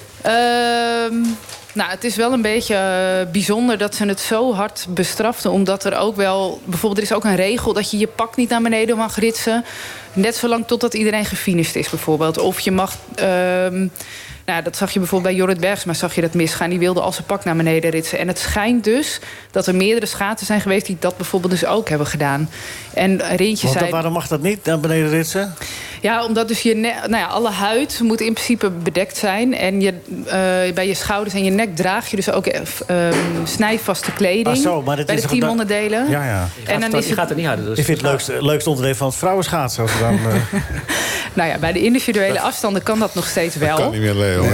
Het is wel een beetje bijzonder dat ze het zo hard bestraften. Omdat er ook wel... Bijvoorbeeld, er is ook een regel dat je je pak niet naar beneden mag ritsen. Net zolang totdat iedereen gefinished is, bijvoorbeeld. Of je mag... dat zag je bijvoorbeeld bij Jorrit Bergsma, zag je dat misgaan. Die wilde al zijn pak naar beneden ritsen. En het schijnt dus dat er meerdere schaatsers zijn geweest die dat bijvoorbeeld dus ook hebben gedaan. En Rintje zei... Waarom mag dat niet, naar beneden ritsen? Ja, omdat dus alle huid moet in principe bedekt zijn. En bij je schouders en je nek draag je dus ook snijvaste kleding. Maar bij de teamonderdelen. Ja. En dan gaat het niet harder. Dus ik vind het leukste onderdeel van het vrouwenschaatsen. Bij de individuele afstanden kan dat nog steeds wel. Dat kan niet meer, Leo.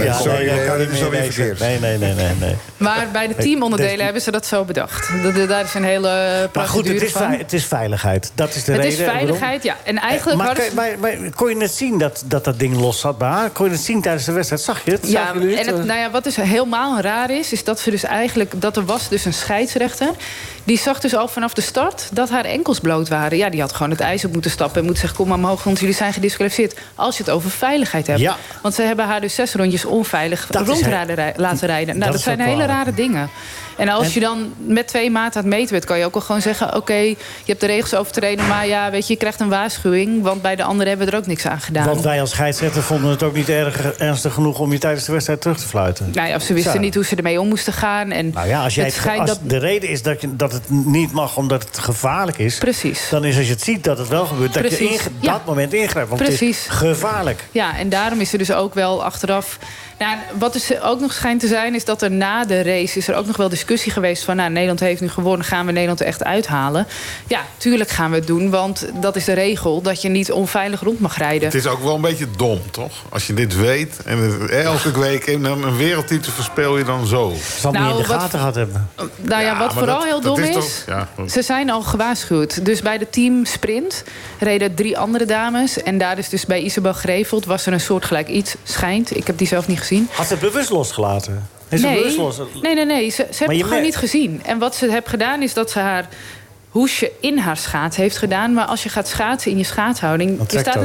Nee. Maar bij de teamonderdelen hebben ze dat zo bedacht. Daar is een hele procedure van. Het is veiligheid. Dat is de reden. Het is veiligheid, ja. En eigenlijk maar kon je net zien dat ding los zat bij haar? Kon je het zien tijdens de wedstrijd? Zag je het? Ja, wat dus helemaal raar is dat ze dus eigenlijk... dat er was dus een scheidsrechter... die zag dus al vanaf de start dat haar enkels bloot waren. Ja, die had gewoon het ijs op moeten stappen... en moeten zeggen, kom maar omhoog, want jullie zijn gedisqualificeerd. Als je het over veiligheid hebt. Ja. Want ze hebben haar dus 6 rondjes onveilig laten rijden. Dat zijn hele rare dingen. En als je dan met 2 maten aan het meten bent... kan je ook wel gewoon zeggen... oké, je hebt de regels overtreden... maar je krijgt een waarschuwing... want bij de anderen hebben we er ook niks aan gedaan. Want wij als scheidsrechter vonden het ook niet erg ernstig genoeg... om je tijdens de wedstrijd terug te fluiten. Of ze wisten niet hoe ze ermee om moesten gaan. En als de reden is dat het niet mag omdat het gevaarlijk is... Precies. Dan is als je het ziet dat het wel gebeurt... dat je dat moment ingrijpt, want het is gevaarlijk. Ja, en daarom is er dus ook wel achteraf... wat dus ook nog schijnt te zijn... is dat er na de race is er ook nog wel discussie geweest... van Nederland heeft nu gewonnen, gaan we Nederland er echt uithalen? Ja, tuurlijk gaan we het doen, want dat is de regel... dat je niet onveilig rond mag rijden. Het is ook wel een beetje dom, toch? Als je dit weet en elke week een wereldtitel verspeel je dan zo. Zal niet in de gaten gehad hebben. Wat vooral heel dom is... ze zijn al gewaarschuwd. Dus bij de team sprint reden 3 andere dames... en daar is dus bij Isabel Greveld... was er een soortgelijk iets, schijnt. Ik heb die zelf niet gezien. Had ze bewust losgelaten? Nee. Ze hebben het gewoon niet gezien. En wat ze heeft gedaan is dat ze haar hoesje in haar schaats heeft gedaan. Maar als je gaat schaatsen in je schaatshouding...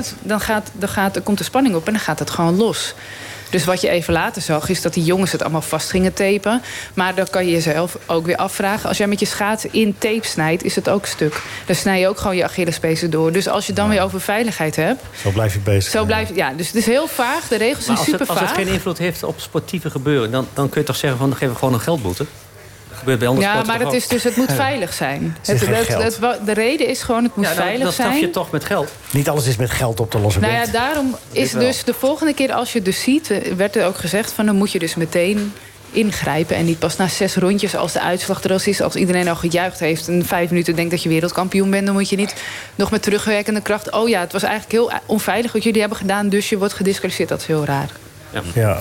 dan komt de spanning op en dan gaat het gewoon los. Dus wat je even later zag, is dat die jongens het allemaal vast gingen tapen. Maar dan kan je jezelf ook weer afvragen... als jij met je schaats in tape snijdt, is het ook stuk. Dan snij je ook gewoon je Achillespezen door. Dus als je het dan weer over veiligheid hebt... Zo blijf je bezig. Dus het is heel vaag. De regels zijn super vaag. Als het geen invloed heeft op sportieve gebeuren... dan kun je toch zeggen, dan geven we gewoon een geldboete? Maar het moet veilig zijn. De reden is gewoon, het moet veilig zijn. Dan straf je toch met geld. Niet alles is met geld op te lossen. Daarom is dus de volgende keer als je het dus ziet... werd er ook gezegd van dan moet je dus meteen ingrijpen. En niet pas na 6 rondjes als de uitslag er al is. Als iedereen al gejuicht heeft en 5 minuten denkt dat je wereldkampioen bent... dan moet je niet nog met terugwerkende kracht... het was eigenlijk heel onveilig wat jullie hebben gedaan... dus je wordt gedisqualificeerd. Dat is heel raar. Ja.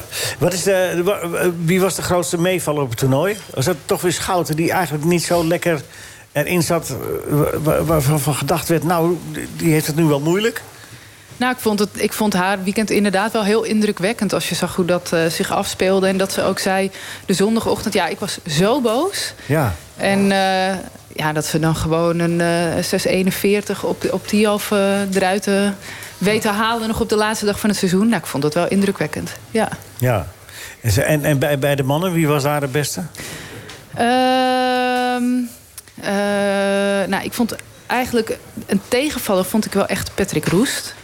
Wie was de grootste meevaller op het toernooi? Was dat toch weer Schouten die eigenlijk niet zo lekker erin zat... waarvan gedacht werd, die heeft het nu wel moeilijk? Nou, ik vond haar weekend inderdaad wel heel indrukwekkend. Als je zag hoe dat zich afspeelde. En dat ze ook zei, de zondagochtend... ja, ik was zo boos. Ja. En dat ze dan gewoon een 6:41 op Tialf eruit weten halen... nog op de laatste dag van het seizoen. Nou, ik vond dat wel indrukwekkend, ja. Ja. En bij de mannen, wie was daar de beste? Ik vond eigenlijk een tegenvaller vond ik wel echt Patrick Roest.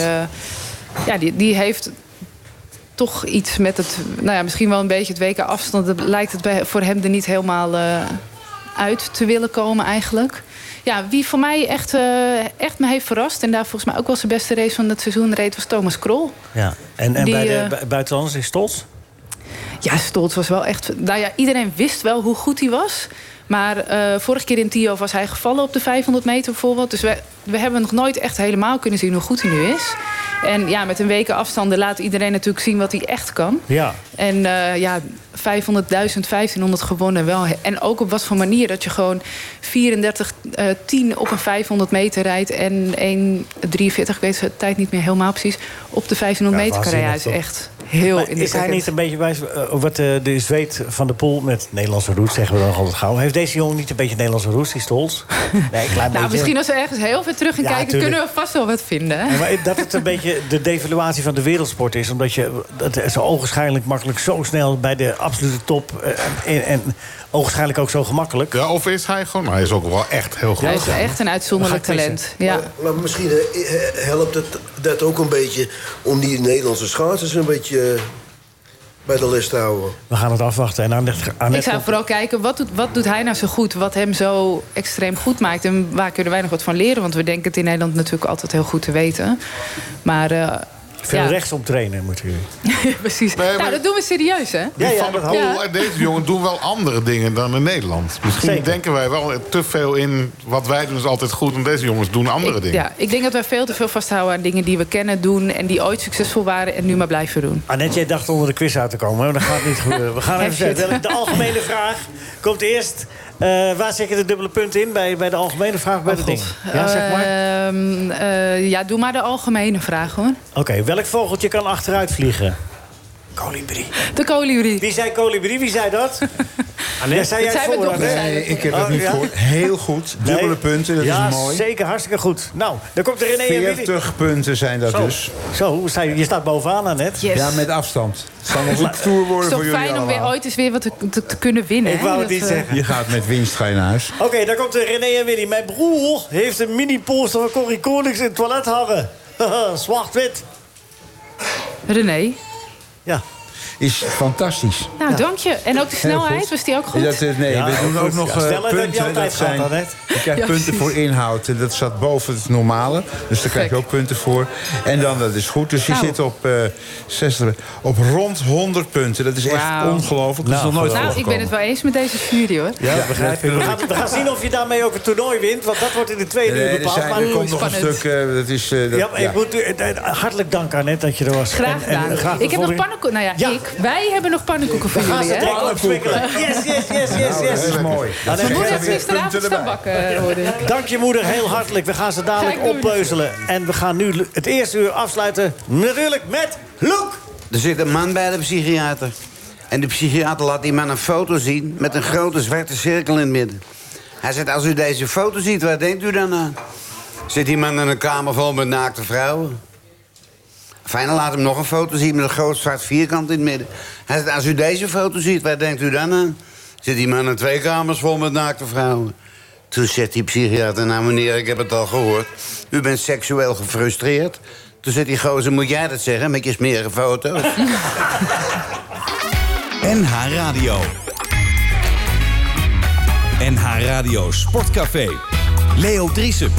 Die heeft toch iets met het... misschien wel een beetje het WK afstand. Lijkt het voor hem er niet helemaal uit te willen komen eigenlijk. Ja, wie voor mij echt me heeft verrast... en daar volgens mij ook wel zijn beste race van het seizoen reed... was Thomas Krol. Ja. En bij de buitenlanders is Stolz? Ja, Stolz was wel echt... iedereen wist wel hoe goed hij was... Maar vorige keer in Tialf was hij gevallen op de 500 meter bijvoorbeeld. Dus we hebben nog nooit echt helemaal kunnen zien hoe goed hij nu is. En ja, met een weken afstanden laat iedereen natuurlijk zien wat hij echt kan. Ja. En 500, 1500 gewonnen wel. En ook op wat voor manier dat je gewoon 34:10 op een 500 meter rijdt... en 1:43, ik weet de tijd niet meer helemaal precies... op de 500 meter kan rijden. Hij is echt heel indrukwekkend. Is hij niet een beetje wijs wat de zweet van de Poel met Nederlandse roots, zeggen we dan altijd gauw. Heeft deze jongen niet een beetje Nederlandse roots, die Stolz? Nee, misschien als we ergens heel ver terug gaan kijken... kunnen we vast wel wat vinden. Ja, maar dat het een beetje de devaluatie van de wereldsport is. Omdat je zo ogenschijnlijk makkelijk zo snel bij de absolute top... en ogenschijnlijk ook zo gemakkelijk. Ja, of is hij gewoon... Hij is ook wel echt heel goed. Hij is echt een uitzonderlijk talent. Ja. Maar misschien helpt het dat ook een beetje... om die Nederlandse schaatsers een beetje bij de les te houden. We gaan het afwachten. En Annette ik zou vooral kijken, wat doet hij nou zo goed? Wat hem zo extreem goed maakt? En waar kunnen wij nog wat van leren? Want we denken het in Nederland natuurlijk altijd heel goed te weten. Maar... Veel rechtsom trainen moeten jullie. Precies. Nee, dat doen we serieus, hè? Van de Poel en deze jongen doen wel andere dingen dan in Nederland. Misschien denken wij wel te veel in... wat wij doen is altijd goed en deze jongens doen andere dingen. Ja, ik denk dat wij veel te veel vasthouden aan dingen die we kennen, doen... en die ooit succesvol waren en nu maar blijven doen. Annette, jij dacht onder de quiz uit te komen, maar dat gaat niet gebeuren. We gaan even zeggen. De algemene vraag komt eerst... waar zet je de dubbele punt in bij de algemene vraag bij de ding? Ja, zeg maar. Doe maar de algemene vraag, hoor. Oké, welk vogeltje kan achteruit vliegen? Kolibrie. De kolibrie. Wie zei kolibrie? Wie zei dat? Annette, zei jij het voor? Nee, ik heb het niet gehoord. Heel goed. Dubbele punten, dat is mooi. Ja, zeker. Hartstikke goed. Nou, dan komt er René en Willy. 40 punten zijn dat dus. Zo, je staat bovenaan, Annette. Yes. Ja, met afstand. Het zal nog een tour worden voor jullie allemaal. Het is toch fijn om weer ooit eens weer wat te kunnen winnen. Ik wou het niet zeggen. Je gaat met winst naar huis. Oké, dan komt René en Willy. Mijn broer heeft een mini-poster van Corrie Konings in het toilet hangen. Zwart-wit. René? Ja. Is fantastisch. Nou, dank je. En ook de snelheid, was die ook goed? We doen ook nog punten. Je krijgt punten voor inhoud. En dat zat boven het normale. Dus daar krijg je ook punten voor. En dan, dat is goed. Dus je zit op rond 100 punten. Dat is echt ongelooflijk. Dat is nog nooit voorgekomen. Ik ben het wel eens met deze jury, hoor. Ja, begrijp je. We gaan zien of je daarmee ook het toernooi wint. Want dat wordt in de tweede uur bepaald. Er komt nog een stuk... Hartelijk dank, Annette, dat je er was. Graag gedaan. Ik heb nog pannenkoeken. Wij hebben nog pannenkoeken voor jullie, hè? Yes. Dat is mooi. Mijn moeder heeft gisteravond staan bakken, hoorde ik. Dank je, moeder. Heel hartelijk. We gaan ze dadelijk oppeuzelen. En we gaan nu het eerste uur afsluiten. Natuurlijk met Loek. Er zit een man bij de psychiater. En de psychiater laat die man een foto zien... met een grote zwarte cirkel in het midden. Hij zegt, als u deze foto ziet, waar denkt u dan aan? Zit die man in een kamer vol met naakte vrouwen? Fijn, laat hem nog een foto zien met een groot zwart vierkant in het midden. Hij zegt, als u deze foto ziet, waar denkt u dan aan? Zit die man in 2 kamers vol met naakte vrouwen. Toen zegt die psychiater, nou meneer, ik heb het al gehoord. U bent seksueel gefrustreerd. Toen zegt die gozer, moet jij dat zeggen met je smerige foto's? NH Radio. NH Radio Sportcafé. Leo Driesen.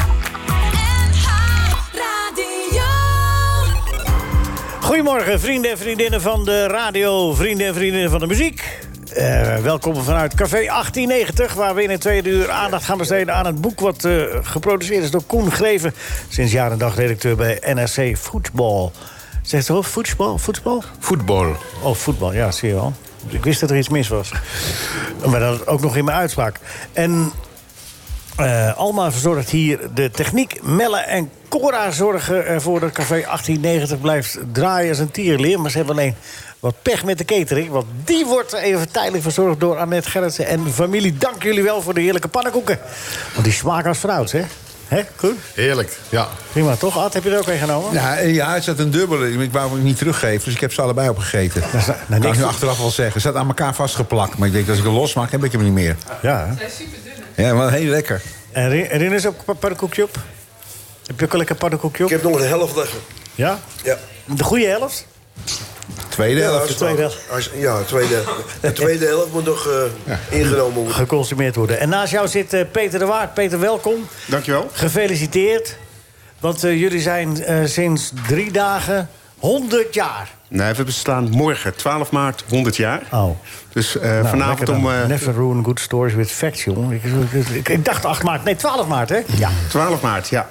Goedemorgen, vrienden en vriendinnen van de radio, vrienden en vriendinnen van de muziek. Welkom vanuit Café 1890, waar we in het tweede uur aandacht gaan besteden aan het boek wat geproduceerd is door Koen Greven. Sinds jaar en dag redacteur bij NRC Voetbal. Zegt ze ook voetbal? Voetbal. Oh, voetbal, ja, zie je wel. Ik wist dat er iets mis was. Maar dat ook nog in mijn uitspraak. En Alma verzorgt hier de techniek. Melle en Cora zorgen ervoor dat Café 1890 blijft draaien als een tierenleer. Maar ze hebben alleen wat pech met de catering. Want die wordt even tijdelijk verzorgd door Annette Gerritsen en familie. Dank jullie wel voor de heerlijke pannenkoeken. Want die smaken als vanouds, hè? Hè, Koen? Heerlijk, ja. Prima, toch? Ad, heb je er ook een genomen? Ja, het zat een dubbele. Ik wou hem niet teruggeven, dus ik heb ze allebei opgegeten. Dat kan ik nu achteraf wel zeggen. Ze zat aan elkaar vastgeplakt. Maar ik denk, als ik hem losmaak, heb ik hem niet meer. Ja. Ze zijn super dun. Ja, maar heel lekker. En Rin is ook een pannenkoekje op? Heb je ook een lekker pannenkoekje op? Ik heb nog een helft liggen. Ja? Ja. De goede helft? Tweede helft. De tweede helft. Ja, de tweede helft moet nog ingenomen worden. Geconsumeerd worden. En naast jou zit Peter de Waard. Peter, welkom. Dankjewel. Gefeliciteerd. Want jullie zijn sinds 3 dagen 100 jaar. Nee, we bestaan morgen, 12 maart, 100 jaar. Oh. Dus vanavond om... Never ruin good stories with facts, jongen. Ik dacht 8 maart. Nee, 12 maart, hè? Ja. 12 maart, ja.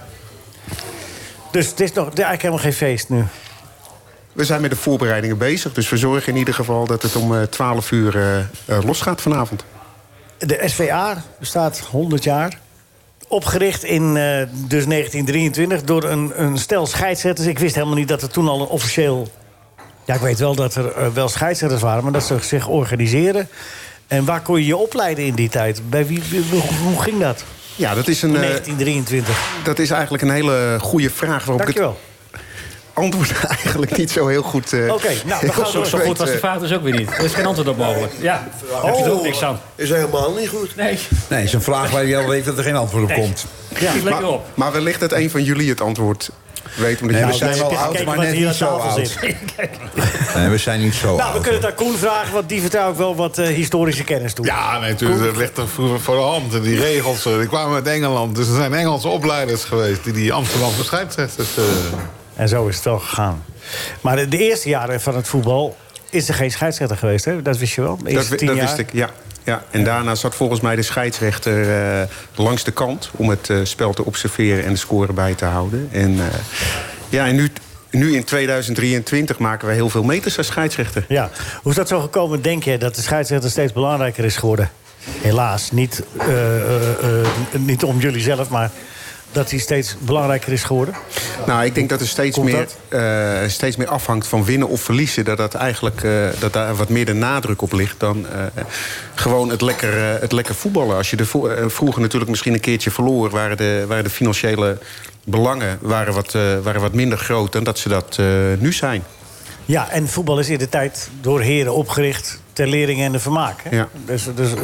Dus het is nog eigenlijk helemaal geen feest nu. We zijn met de voorbereidingen bezig. Dus we zorgen in ieder geval dat het om 12 uur losgaat vanavond. De SVA bestaat 100 jaar. Opgericht in dus 1923 door een stel scheidsrechters. Ik wist helemaal niet dat er toen al een officieel... Ja, ik weet wel dat er wel scheidsrechters waren, maar dat ze zich organiseren. En waar kon je je opleiden in die tijd? Bij wie, hoe ging dat? Ja, dat is een... 1923. Dat is eigenlijk een hele goede vraag. Dankjewel. Antwoord eigenlijk niet zo heel goed. Oké, nou, dan gaan we zo goed was de vraag dus ook weer niet. Er is geen antwoord op mogelijk. Ja, daar heb je er ook niks aan. Is helemaal niet goed. Nee. Nee, is een vraag waar je al weet dat er geen antwoord op komt. Ja, lekker op. Maar wellicht dat een van jullie het antwoord weet. Omdat We zijn wel oud, maar net niet zo oud. Nee, we zijn niet zo oud. Nou, we kunnen het aan Koen vragen, want die vertrouwt ook wel wat historische kennis toe. Ja, nee, natuurlijk. Dat ligt er voor de hand. En die regels, die kwamen uit Engeland. Dus er zijn Engelse opleiders geweest die Amsterdamse scheidsrechters... En zo is het wel gegaan. Maar de eerste jaren van het voetbal is er geen scheidsrechter geweest, hè? Dat wist je wel? Dat wist ik, ja. Ja, en daarna zat volgens mij de scheidsrechter langs de kant... om het spel te observeren en de score bij te houden. En, en nu in 2023 maken we heel veel meters als scheidsrechter. Ja. Hoe is dat zo gekomen, denk je, dat de scheidsrechter steeds belangrijker is geworden? Helaas, niet om jullie zelf, maar... dat hij steeds belangrijker is geworden? Nou, ik denk dat er steeds meer afhangt van winnen of verliezen. Dat daar wat meer de nadruk op ligt dan gewoon het lekker voetballen. Als je vroeger natuurlijk misschien een keertje verloor... waren de financiële belangen waren wat minder groot dan dat ze dat nu zijn. Ja, en voetbal is in de tijd door heren opgericht... ter lering en de vermaak. Hè? Ja. Dus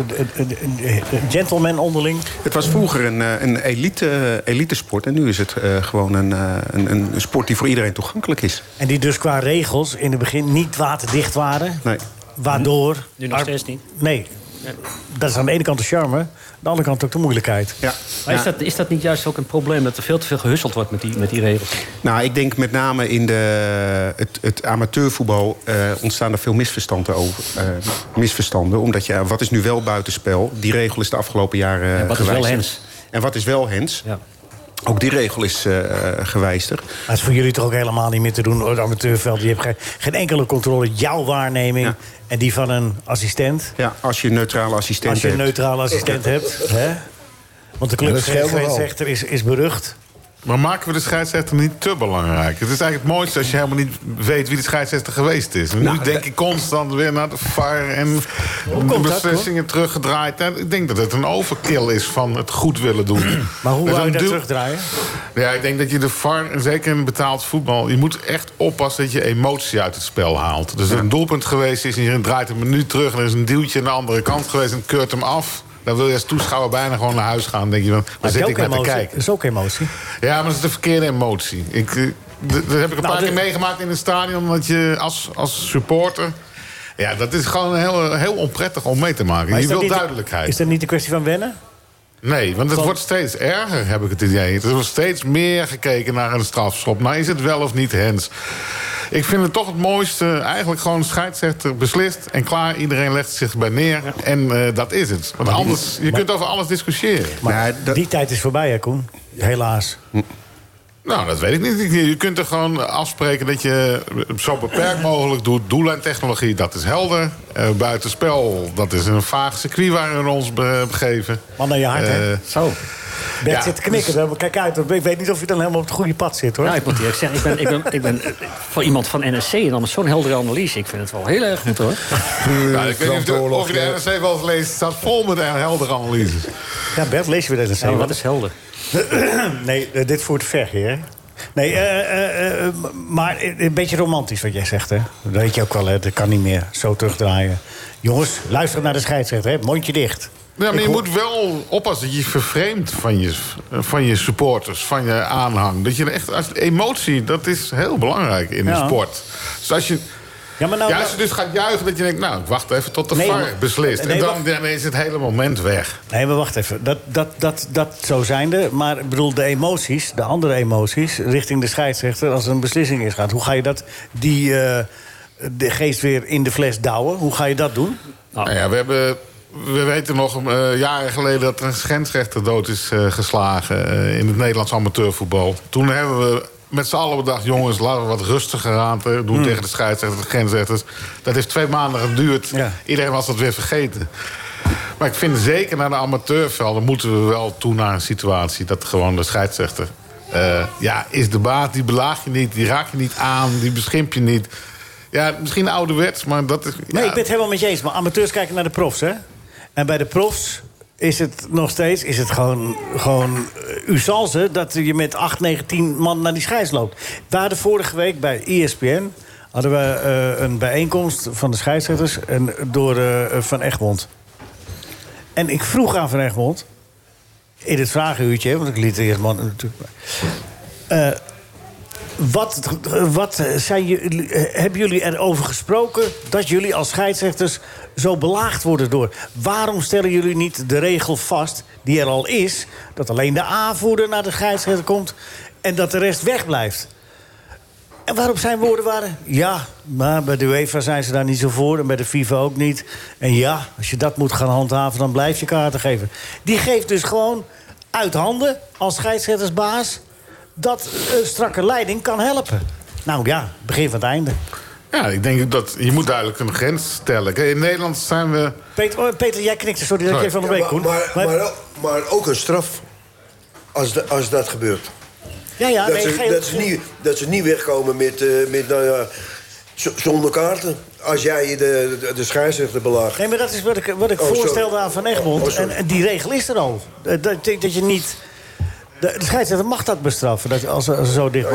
gentleman onderling. Het was vroeger een elite sport. En nu is het gewoon een sport die voor iedereen toegankelijk is. En die dus qua regels in het begin niet waterdicht waren. Nee. Waardoor... Nu nog steeds niet. Nee. Dat is aan de ene kant de charme, aan de andere kant ook de moeilijkheid. Ja. Maar is dat niet juist ook een probleem... dat er veel te veel gehusseld wordt met die regels? Nou, ik denk met name in het amateurvoetbal... ontstaan er veel misverstanden. Omdat wat is nu wel buitenspel? Die regel is de afgelopen jaren gewijzigd. Wat is wel hens? En wat is wel hens? Ja. Ook die regel is gewijzigd. Maar het is voor jullie toch ook helemaal niet meer te doen... het amateurveld. Je hebt geen enkele controle. Jouw waarneming en die van een assistent. Ja, als je een neutrale assistent hebt. Als je een neutrale assistent hebt. Hè? Want de clubscheidsrechter is berucht. Maar maken we de scheidsrechter niet te belangrijk? Het is eigenlijk het mooiste als je helemaal niet weet wie de scheidsrechter geweest is. Nu denk ik constant weer naar de VAR en de beslissingen teruggedraaid. En ik denk dat het een overkill is van het goed willen doen. Maar hoe wou je dat terugdraaien? Ja, ik denk dat je de VAR, en zeker in betaald voetbal... je moet echt oppassen dat je emotie uit het spel haalt. Dus er een doelpunt geweest is en je draait een minuut terug... en er is een duwtje aan de andere kant geweest en keurt hem af... Dan wil je als toeschouwer bijna gewoon naar huis gaan. Dan denk je, waar zit ik naar te kijken? Dat is ook emotie. Ja, maar dat is de verkeerde emotie. Dat heb ik een paar keer meegemaakt in het stadion. Dat je als supporter... Ja, dat is gewoon heel onprettig om mee te maken. Je wil duidelijkheid. Is dat niet een kwestie van wennen? Nee, want het wordt steeds erger, heb ik het idee. Er wordt steeds meer gekeken naar een strafschop. Nou, is het wel of niet hens? Ik vind het toch het mooiste, eigenlijk gewoon scheidsrechter beslist... en klaar, iedereen legt zich erbij neer. En dat is het. Want anders, je kunt over alles discussiëren. Maar die tijd is voorbij, hè, Koen? Helaas. Nou, dat weet ik niet. Je kunt er gewoon afspreken dat je zo beperkt mogelijk doet. Doellijntechnologie, dat is helder. Buitenspel, dat is een vaag circuit waar we ons begeven. Man naar je hart, hè? Zo. Bert zit te knikken. Kijk uit, ik weet niet of je dan helemaal op het goede pad zit, hoor. Nou, ik moet eerlijk zeggen, ik ben voor iemand van NRC... en dan met zo'n heldere analyse. Ik vind het wel heel erg goed, hoor. Ik weet niet of je de NRC wel eens leest. Het staat vol met heldere analyses. Ja, Bert, lees je weer de NRC? Ja, wat is helder? Nee, dit voert ver, heer. Nee, maar een beetje romantisch wat jij zegt, hè? Dat weet je ook wel, hè? Dat kan niet meer zo terugdraaien. Jongens, luister naar de scheidsrechter, hè? Mondje dicht. Ja, maar je moet wel oppassen dat je vervreemdt van je supporters, van je aanhang. Dat je echt, emotie, dat is heel belangrijk in de sport. Dus als je... Ja, maar als je dus gaat juichen, dat je denkt... nou, ik wacht even tot de VAR beslist. En dan is het hele moment weg. Nee, maar wacht even. Dat zo zijnde. Maar ik bedoel, de emoties, de andere emoties... richting de scheidsrechter, als er een beslissing is gaat... hoe ga je dat, de geest weer in de fles douwen? Hoe ga je dat doen? Nou ja, we weten nog jaren geleden dat er een scheidsrechter dood is geslagen... in het Nederlands amateurvoetbal. Toen hebben we... met z'n allen bedacht, jongens, laten we wat rustiger aan doen tegen de scheidsrechters, de grensrechters. Dat heeft 2 maanden geduurd. Ja. Iedereen was dat weer vergeten. Maar ik vind zeker naar de amateurvelden moeten we wel toe naar een situatie dat gewoon de scheidsrechter is de baas, die belaag je niet, die raak je niet aan, die beschimp je niet. Ja, misschien ouderwets, maar dat is... Nee, ik ben het helemaal met je eens, maar amateurs kijken naar de profs, hè? En bij de profs is het nog steeds gewoon usance dat je met 8, 9, 10 man naar die scheids loopt. We hadden vorige week bij ESPN hadden we een bijeenkomst van de scheidsrechters door Van Egmond. En ik vroeg aan Van Egmond in het vragenuurtje, want ik liet de eerste man natuurlijk. Wat hebben jullie erover gesproken dat jullie als scheidsrechters zo belaagd worden door? Waarom stellen jullie niet de regel vast die er al is, dat alleen de aanvoerder naar de scheidsrechter komt en dat de rest wegblijft? En waarop zijn woorden waren? Ja, maar bij de UEFA zijn ze daar niet zo voor en bij de FIFA ook niet. En ja, als je dat moet gaan handhaven, dan blijf je kaarten geven. Die geeft dus gewoon uit handen als scheidsrechtersbaas dat strakke leiding kan helpen. Nou ja, begin van het einde. Ja, ik denk dat je moet duidelijk een grens stellen. In Nederland zijn we... Peter, jij knikte, sorry dat ik even van de week kon. Maar ook een straf als dat gebeurt. Ja, dat ze niet wegkomen met zonder kaarten. Als jij de scheidsrechter belaagt. Nee, maar dat is wat ik voorstelde aan Van Egmond. En die regel is er al. Dat je niet... De scheidsrechter mag dat bestraffen, als ze zo dicht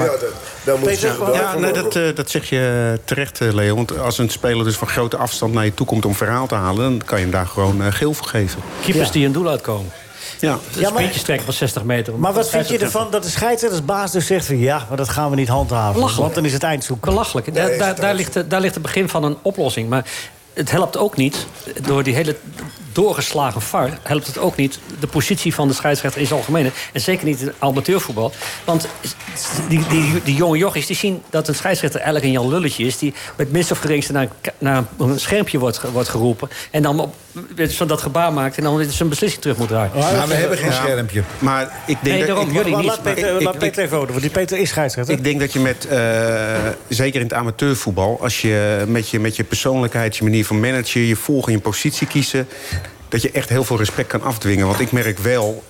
waren. Dat zeg je terecht, Leo. Want als een speler dus van grote afstand naar je toe komt om verhaal te halen, dan kan je hem daar gewoon geel voor geven. Keepers die een doel uitkomen. Ja. Sprintjes trekken van 60 meter. Maar wat vind je ervan dat de scheidsrechtersbaas dus zegt van ja, maar dat gaan we niet handhaven. Want dan is het eindzoek. Belachelijk. Daar ligt het begin van een oplossing. Maar het helpt ook niet, door die hele doorgeslagen VAR... helpt het ook niet de positie van de scheidsrechter in zijn algemeen. En zeker niet in amateurvoetbal. Want die jonge jochies die zien dat een scheidsrechter eigenlijk een Jan Lulletje is... die met minst of geringste naar een schermpje wordt geroepen... en dan dat gebaar maakt en dan zijn beslissing terug moet draaien. Maar we hebben geen schermpje. Maar ik denk laat Peter even over, want die Peter is scheidsrechter. Ik denk dat je zeker in het amateurvoetbal... als je met je persoonlijkheid, je manier van managen... je volgen, je positie kiezen... dat je echt heel veel respect kan afdwingen. Want ik merk wel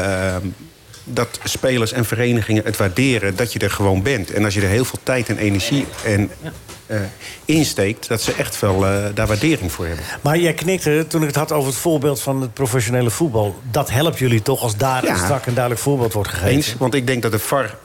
dat spelers en verenigingen het waarderen... dat je er gewoon bent. En als je er heel veel tijd en energie insteekt... dat ze echt wel daar waardering voor hebben. Maar jij knikte toen ik het had over het voorbeeld van het professionele voetbal. Dat helpt jullie toch als daar een strak en duidelijk voorbeeld wordt gegeven? Eens, want ik denk dat de VAR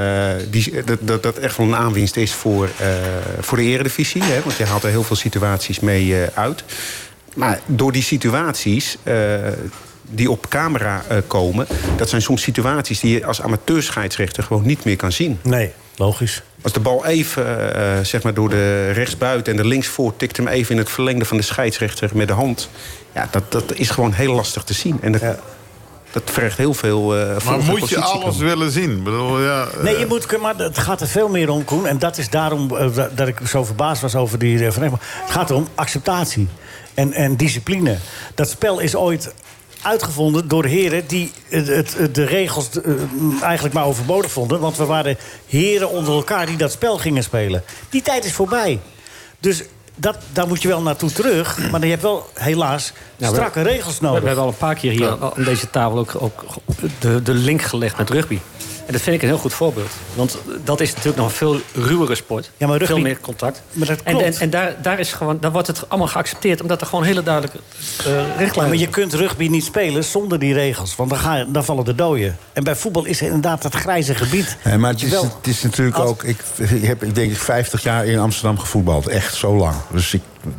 dat echt wel een aanwinst is voor de eredivisie. Hè, want je haalt er heel veel situaties mee uit. Maar door die situaties die op camera komen... dat zijn soms situaties die je als amateurscheidsrechter gewoon niet meer kan zien. Nee, logisch. Als de bal even door de rechtsbuiten en de linksvoor... tikt hem even in het verlengde van de scheidsrechter met de hand. Ja, dat is gewoon heel lastig te zien. En dat vergt heel veel maar moet je alles willen zien? Nee, je moet, maar het gaat er veel meer om, Koen. En dat is daarom dat ik zo verbaasd was over die Van Egmond. Het gaat om acceptatie en discipline. Dat spel is ooit uitgevonden door heren die de regels eigenlijk maar overbodig vonden. Want we waren heren onder elkaar die dat spel gingen spelen. Die tijd is voorbij. Dus daar moet je wel naartoe terug. Maar dan heb je wel helaas strakke regels nodig. We hebben al een paar keer hier aan deze tafel ook de link gelegd met rugby. En dat vind ik een heel goed voorbeeld. Want dat is natuurlijk nog een veel ruwere sport. Ja, maar rugby, veel meer contact. Maar dat klopt. En daar wordt het allemaal geaccepteerd. Omdat er gewoon hele duidelijke richtlijnen zijn. Maar je kunt rugby niet spelen zonder die regels. Want dan vallen de doden. En bij voetbal is er inderdaad dat grijze gebied. Ja, maar het is natuurlijk ook... Ik heb denk ik 50 jaar in Amsterdam gevoetbald. Echt zo lang. Dus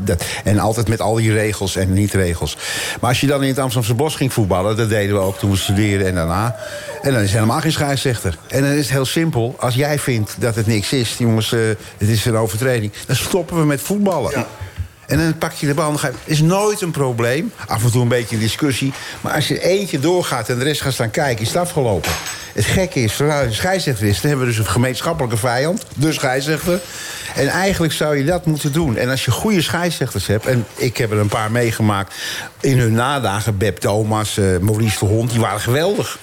en altijd met al die regels en niet-regels. Maar als je dan in het Amsterdamse Bos ging voetballen... dat deden we ook toen we studeerden en daarna. En dan is helemaal geen scheidsrechter. En dan is het heel simpel. Als jij vindt dat het niks is, jongens, het is een overtreding... dan stoppen we met voetballen. Ja. En dan pak je de bal. Het is nooit een probleem. Af en toe een beetje een discussie. Maar als je eentje doorgaat en de rest gaat staan kijken... is het afgelopen. Het gekke is, zodra je een scheidsrechter is... dan hebben we dus een gemeenschappelijke vijand. De scheidsrechter. En eigenlijk zou je dat moeten doen. En als je goede scheidsrechters hebt... en ik heb er een paar meegemaakt in hun nadagen... Beb Thomas, Maurice de Hond, die waren geweldig.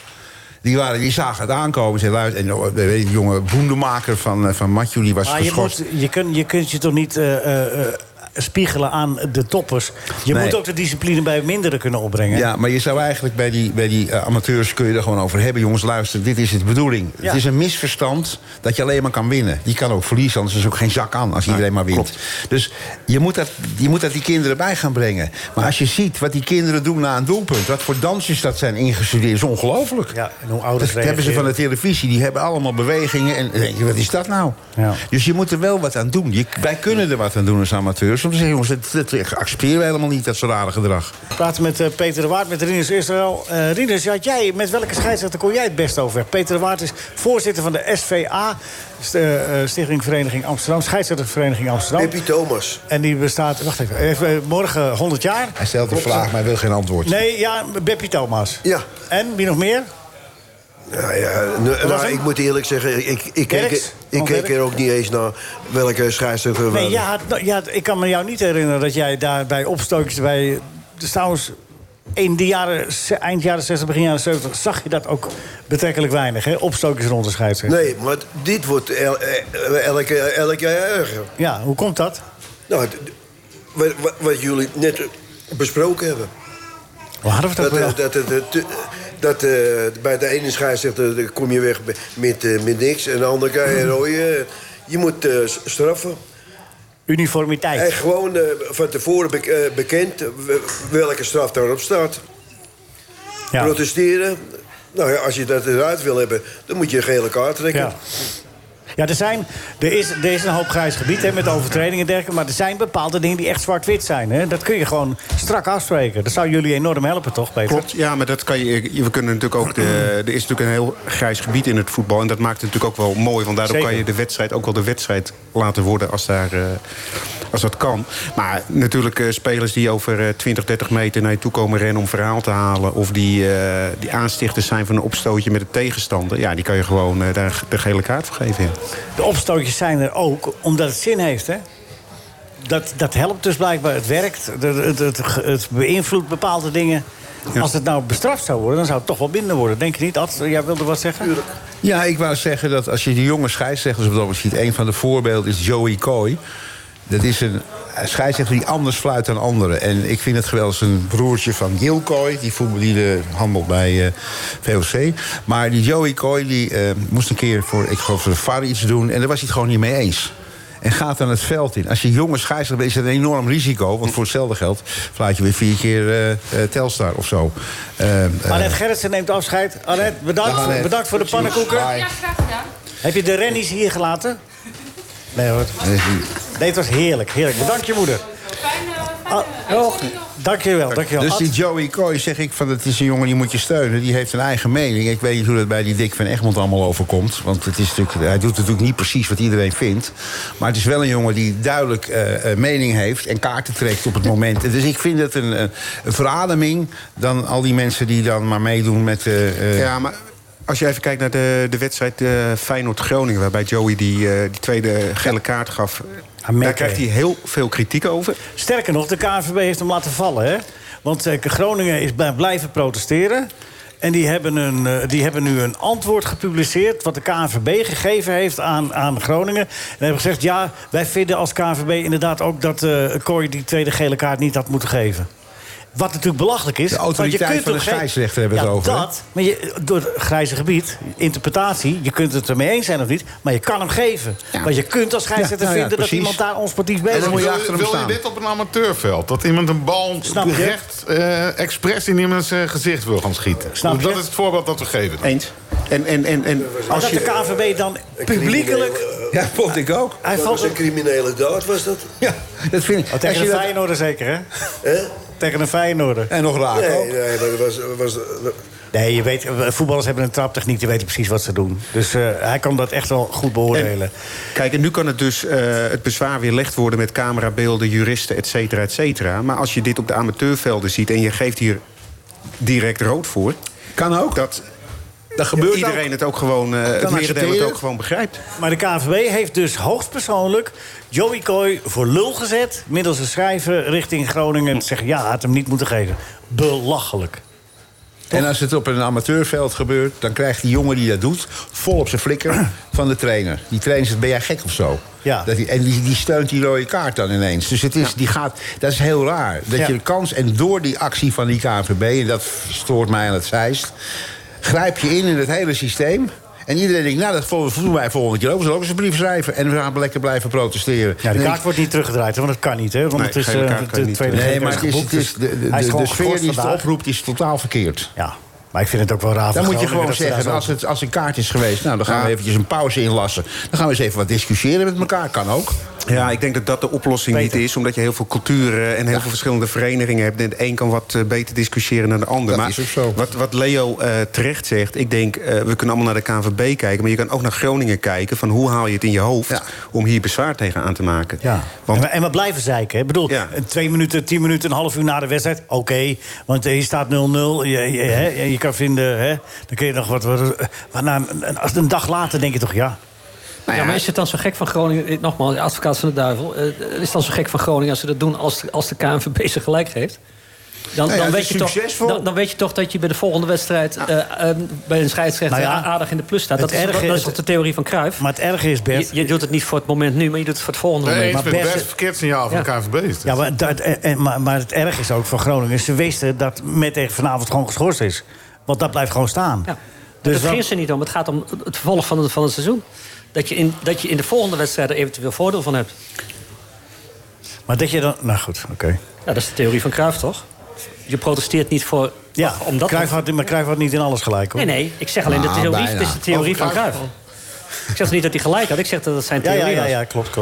Die zagen het aankomen. En de jonge boendemaker van Mathieu, die was geschorst. Je kunt je toch niet... spiegelen aan de toppers. Je moet ook de discipline bij mindere kunnen opbrengen. Ja, maar je zou eigenlijk bij die amateurs... kun je er gewoon over hebben. Jongens, luister, dit is de bedoeling. Ja. Het is een misverstand dat je alleen maar kan winnen. Die kan ook verliezen, anders is er ook geen zak aan... als iedereen maar wint. Klopt. Dus je moet dat die kinderen bij gaan brengen. Maar als je ziet wat die kinderen doen na een doelpunt... wat voor dansjes dat zijn ingestudeerd, is ongelooflijk. Ja, en hoe ouders dat hebben ze van de televisie. Die hebben allemaal bewegingen. En dan denk je, wat is dat nou? Ja. Dus je moet er wel wat aan doen. Wij kunnen er wat aan doen als amateurs. Om te zeggen, jongens, dat accepteren we helemaal niet, dat soort rare gedrag. We praten met Peter de Waard, met Rinus Israël. Rinus, met welke scheidsrechter kon jij het best over? Peter de Waard is voorzitter van de SVA, Stichting Vereniging Amsterdam, scheidsrechtervereniging Amsterdam. Beppie Thomas. En die bestaat, wacht even, morgen 100 jaar. Hij stelt een vraag, maar hij wil geen antwoord. Nee, ja, Beppie Thomas. Ja. En, wie nog meer? Ik moet eerlijk zeggen, ik keek er ook niet eens naar welke scheidsrechter... Nee, ik kan me jou niet herinneren dat jij daar bij opstootjes... bij de trouwens, eind jaren 60, begin jaren 70... zag je dat ook betrekkelijk weinig, hè? Opstootjes rond de scheidsrechter. Nee, maar dit wordt elk jaar erger. Ja, hoe komt dat? Nou, wat jullie net besproken hebben. Waar hadden we dat bij de ene scheidsrechter kom je weg met niks. En de andere ga je rooien. Je moet straffen. Uniformiteit. En gewoon van tevoren bekend welke straf daarop staat. Ja. Protesteren. Nou ja, als je dat eruit wil hebben, dan moet je een gele kaart trekken. Ja. Ja, er is een hoop grijs gebied, hè, met overtredingen en dergelijke... maar er zijn bepaalde dingen die echt zwart-wit zijn. Hè. Dat kun je gewoon strak afspreken. Dat zou jullie enorm helpen, toch, Peter? Klopt, ja, maar dat kan je... We kunnen natuurlijk ook... Er is natuurlijk een heel grijs gebied in het voetbal... en dat maakt het natuurlijk ook wel mooi... want daardoor kan je de wedstrijd ook wel de wedstrijd laten worden... als dat kan. Maar natuurlijk spelers die over 20, 30 meter naar je toe komen rennen... om verhaal te halen... of die aanstichters zijn van een opstootje met de tegenstander... ja, die kan je gewoon daar de gele kaart voor geven. Ja. De opstootjes zijn er ook omdat het zin heeft, hè? Dat helpt dus blijkbaar, het werkt. Het beïnvloedt bepaalde dingen. Ja. Als het nou bestraft zou worden, dan zou het toch wel minder worden. Denk je niet? Ad, jij wilde wat zeggen? Ja, ik wou zeggen dat als je die jonge scheidsrechters op het ogenblik ziet... een van de voorbeelden is Joey Coy. Dat is een scheidsrechter die anders fluit dan anderen. En ik vind het geweldig, een broertje van Gil Coy... die handelt bij VOC. Maar die Joey Coy die moest een keer voor de VAR iets doen... en daar was hij het gewoon niet mee eens. En gaat dan het veld in. Als je jonge scheidsrechter bent, is het een enorm risico. Want voor hetzelfde geld fluit je weer 4 keer Telstar of zo. Annette Gerritsen neemt afscheid. Annette, bedankt voor de pannenkoeken. Ja, graag gedaan. Heb je de rennies hier gelaten? Nee hoor. Nee, het was heerlijk. Bedankt je moeder. Dankjewel. Dus die Joey Coy, zeg ik, het is een jongen die moet je steunen. Die heeft een eigen mening. Ik weet niet hoe dat bij die Dick van Egmond allemaal overkomt. Want hij doet natuurlijk niet precies wat iedereen vindt. Maar het is wel een jongen die duidelijk mening heeft... en kaarten trekt op het moment. Dus ik vind het een verademing... dan al die mensen die dan maar meedoen met... Ja, maar... Als je even kijkt naar de wedstrijd Feyenoord-Groningen... waarbij Joey die tweede gele kaart gaf... daar krijgt hij heel veel kritiek over. Sterker nog, de KNVB heeft hem laten vallen, hè? Want Groningen is blijven protesteren. En die hebben nu een antwoord gepubliceerd... wat de KNVB gegeven heeft aan Groningen. En hebben gezegd, ja, wij vinden als KNVB inderdaad ook... dat Kooi die tweede gele kaart niet had moeten geven. Wat natuurlijk belachelijk is... De autoriteit van de scheidsrechter hebben we het over. Dat, maar door het grijze gebied, interpretatie... je kunt het ermee eens zijn of niet, maar je kan hem geven. Ja. Want je kunt als scheidsrechter vinden dat iemand daar onsportief bezig is. Wil je dit op een amateurveld? Dat iemand een bal recht expres in iemands gezicht wil gaan schieten. Dat is het voorbeeld dat we geven. Eens. En als de KNVB dan publiekelijk... Ja, vond ik ook. Dat was een criminele daad, was dat? Ja, dat vind ik. Tegen een Feyenoorder zeker, hè? Tegen een Feyenoorder. En nog raak ook. Nee, maar dat was... Nee, je weet, voetballers hebben een traptechniek, die weten precies wat ze doen. Dus hij kan dat echt wel goed beoordelen. Kijk, en nu kan het dus het bezwaar weerlegd worden met camerabeelden, juristen, et cetera, et cetera. Maar als je dit op de amateurvelden ziet en je geeft hier direct rood voor... Kan ook. Dat gebeurt iedereen ook. Het ook gewoon, het merendeel het ook gewoon begrijpt. Maar de KNVB heeft dus hoogstpersoonlijk Joey Kooi voor lul gezet... middels een schrijven richting Groningen te zeggen... ja, hij had hem niet moeten geven. Belachelijk. En als het op een amateurveld gebeurt... dan krijgt die jongen die dat doet vol op zijn flikker van de trainer. Die trainer zegt, ben jij gek of zo? Ja. Die steunt die rode kaart dan ineens. Dus het is, dat is heel raar. Dat je de kans... En door die actie van die KNVB... en dat stoort mij aan het Zeist... grijp je in het hele systeem... En iedereen denkt, nou, dat voelen wij volgende keer ook. We zullen ook eens een brief schrijven en we gaan lekker blijven protesteren. Ja, de kaart wordt niet teruggedraaid, want dat kan niet, hè? Want het is de tweede. Nee, maar de sfeer die het oproept is totaal verkeerd. Ja. Maar ik vind het ook wel raar. Dan moet je gewoon zeggen, als een kaart is geweest... nou, dan gaan we eventjes een pauze inlassen. Dan gaan we eens even wat discussiëren met elkaar. Kan ook. Ja, ik denk dat dat de oplossing niet is. Omdat je heel veel culturen en heel veel verschillende verenigingen hebt. En de een kan wat beter discussiëren dan de ander. Dat is ook zo. Wat Leo terecht zegt... ik denk, we kunnen allemaal naar de KNVB kijken... maar je kan ook naar Groningen kijken... van hoe haal je het in je hoofd om hier bezwaar tegen aan te maken. Ja. Want, en we blijven zeiken. Hè? Ik bedoel, 2 minuten, 10 minuten, een half uur na de wedstrijd... oké, want hier staat 0-0. Je kan vinden, hè, dan kun je nog wat... Maar een dag later denk je toch, ja... Nou ja, maar is het dan zo gek van Groningen... Nogmaals, advocaat van de duivel... is het dan zo gek van Groningen als ze dat doen... als de KNVB ze gelijk geeft? Dan weet je toch dat je bij de volgende wedstrijd... bij een scheidsrechter aardig in de plus staat. Dat is toch de theorie van Cruijff? Maar het erge is, Bert... Je doet het niet voor het moment nu, maar je doet het voor het volgende moment. Maar Bert, het verkeerd signaal van de KNVB. Ja, maar het erge is ook voor Groningen... ze wisten dat met vanavond gewoon geschorst is. Want dat blijft gewoon staan. Ja. Dus dat ging ze niet om. Het gaat om het vervolg van het seizoen. Dat je in de volgende wedstrijd er eventueel voordeel van hebt. Maar dat je dan... Nou goed, oké. Ja, dat is de theorie van Cruijff, toch? Je protesteert niet voor... Ja, omdat Cruijff had niet in alles gelijk, hoor. Nee, ik zeg alleen de theorie. Het is de theorie van Cruijff. Ik zeg niet dat hij gelijk had. Ik zeg dat het zijn theorie was. Ja, klopt.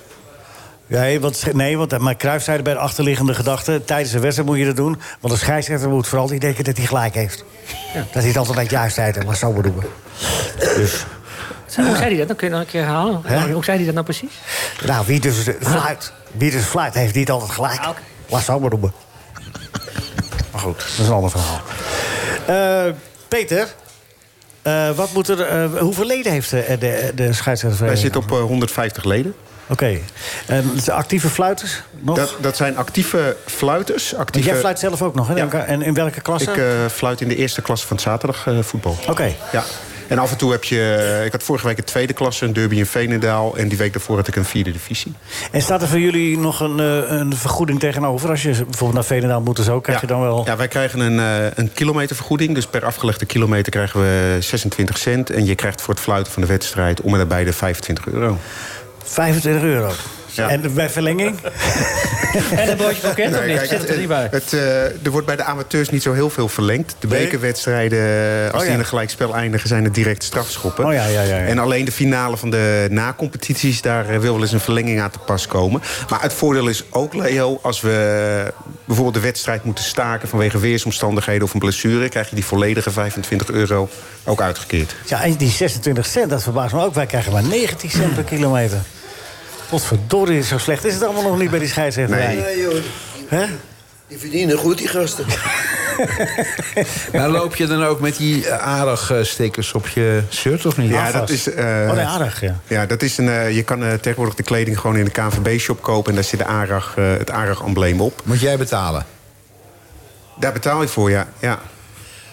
Maar Cruijff zei bij de achterliggende gedachte... tijdens een wedstrijd moet je dat doen. Want de scheidsrechter moet vooral niet denken dat hij gelijk heeft. Ja. Dat hij het altijd met juist heeft. Maar zo bedoelen. Dus... Hoe zei hij dat? Dan kun je nog een keer herhalen. Hoe zei hij dat nou precies? Nou, wie dus fluit, heeft niet altijd gelijk. Okay. Laat zo maar doen. Maar goed, dat is een ander verhaal. Peter, wat moet hoeveel leden heeft de scheidsrechter? Wij zitten op 150 leden. Oké. Actieve fluiters? Nog? Dat zijn actieve fluiters. Jij fluit zelf ook nog, hè? Ja. En in welke klasse? Ik fluit in de eerste klasse van het zaterdagvoetbal. Oké. Ja. En af en toe heb je... Ik had vorige week een tweede klasse, een derby in Veenendaal. En die week daarvoor had ik een 4e divisie. En staat er voor jullie nog een vergoeding tegenover? Als je bijvoorbeeld naar Veenendaal moet, zo krijg je dan wel... Ja, wij krijgen een kilometervergoeding. Dus per afgelegde kilometer krijgen we 26 cent. En je krijgt voor het fluiten van de wedstrijd om en daarbij de €25. €25. Ja. En bij verlenging? En een broodje kroket of niet? Zit er niet bij? Er wordt bij de amateurs niet zo heel veel verlengd. De bekerwedstrijden, als die in een gelijkspel eindigen... zijn het direct strafschoppen. Ja. En alleen de finale van de na-competities... daar wil wel eens een verlenging aan te pas komen. Maar het voordeel is ook, Leo... als we bijvoorbeeld de wedstrijd moeten staken... vanwege weersomstandigheden of een blessure... krijg je die volledige €25 ook uitgekeerd. Ja, en die 26 cent, dat verbaast me ook. Wij krijgen maar 19 cent per kilometer. Potverdorie, zo slecht is het allemaal nog niet bij die scheidsrechter. Nee, joh. Die verdienen goed, die gasten. Nou, loop je dan ook met die ARAG-stickers op je shirt, of niet? Ja, dat is... ARAG, ja. Ja, dat is je kan tegenwoordig de kleding gewoon in de KNVB-shop kopen... en daar zit het ARAG-embleem op. Moet jij betalen? Daar betaal je voor, ja.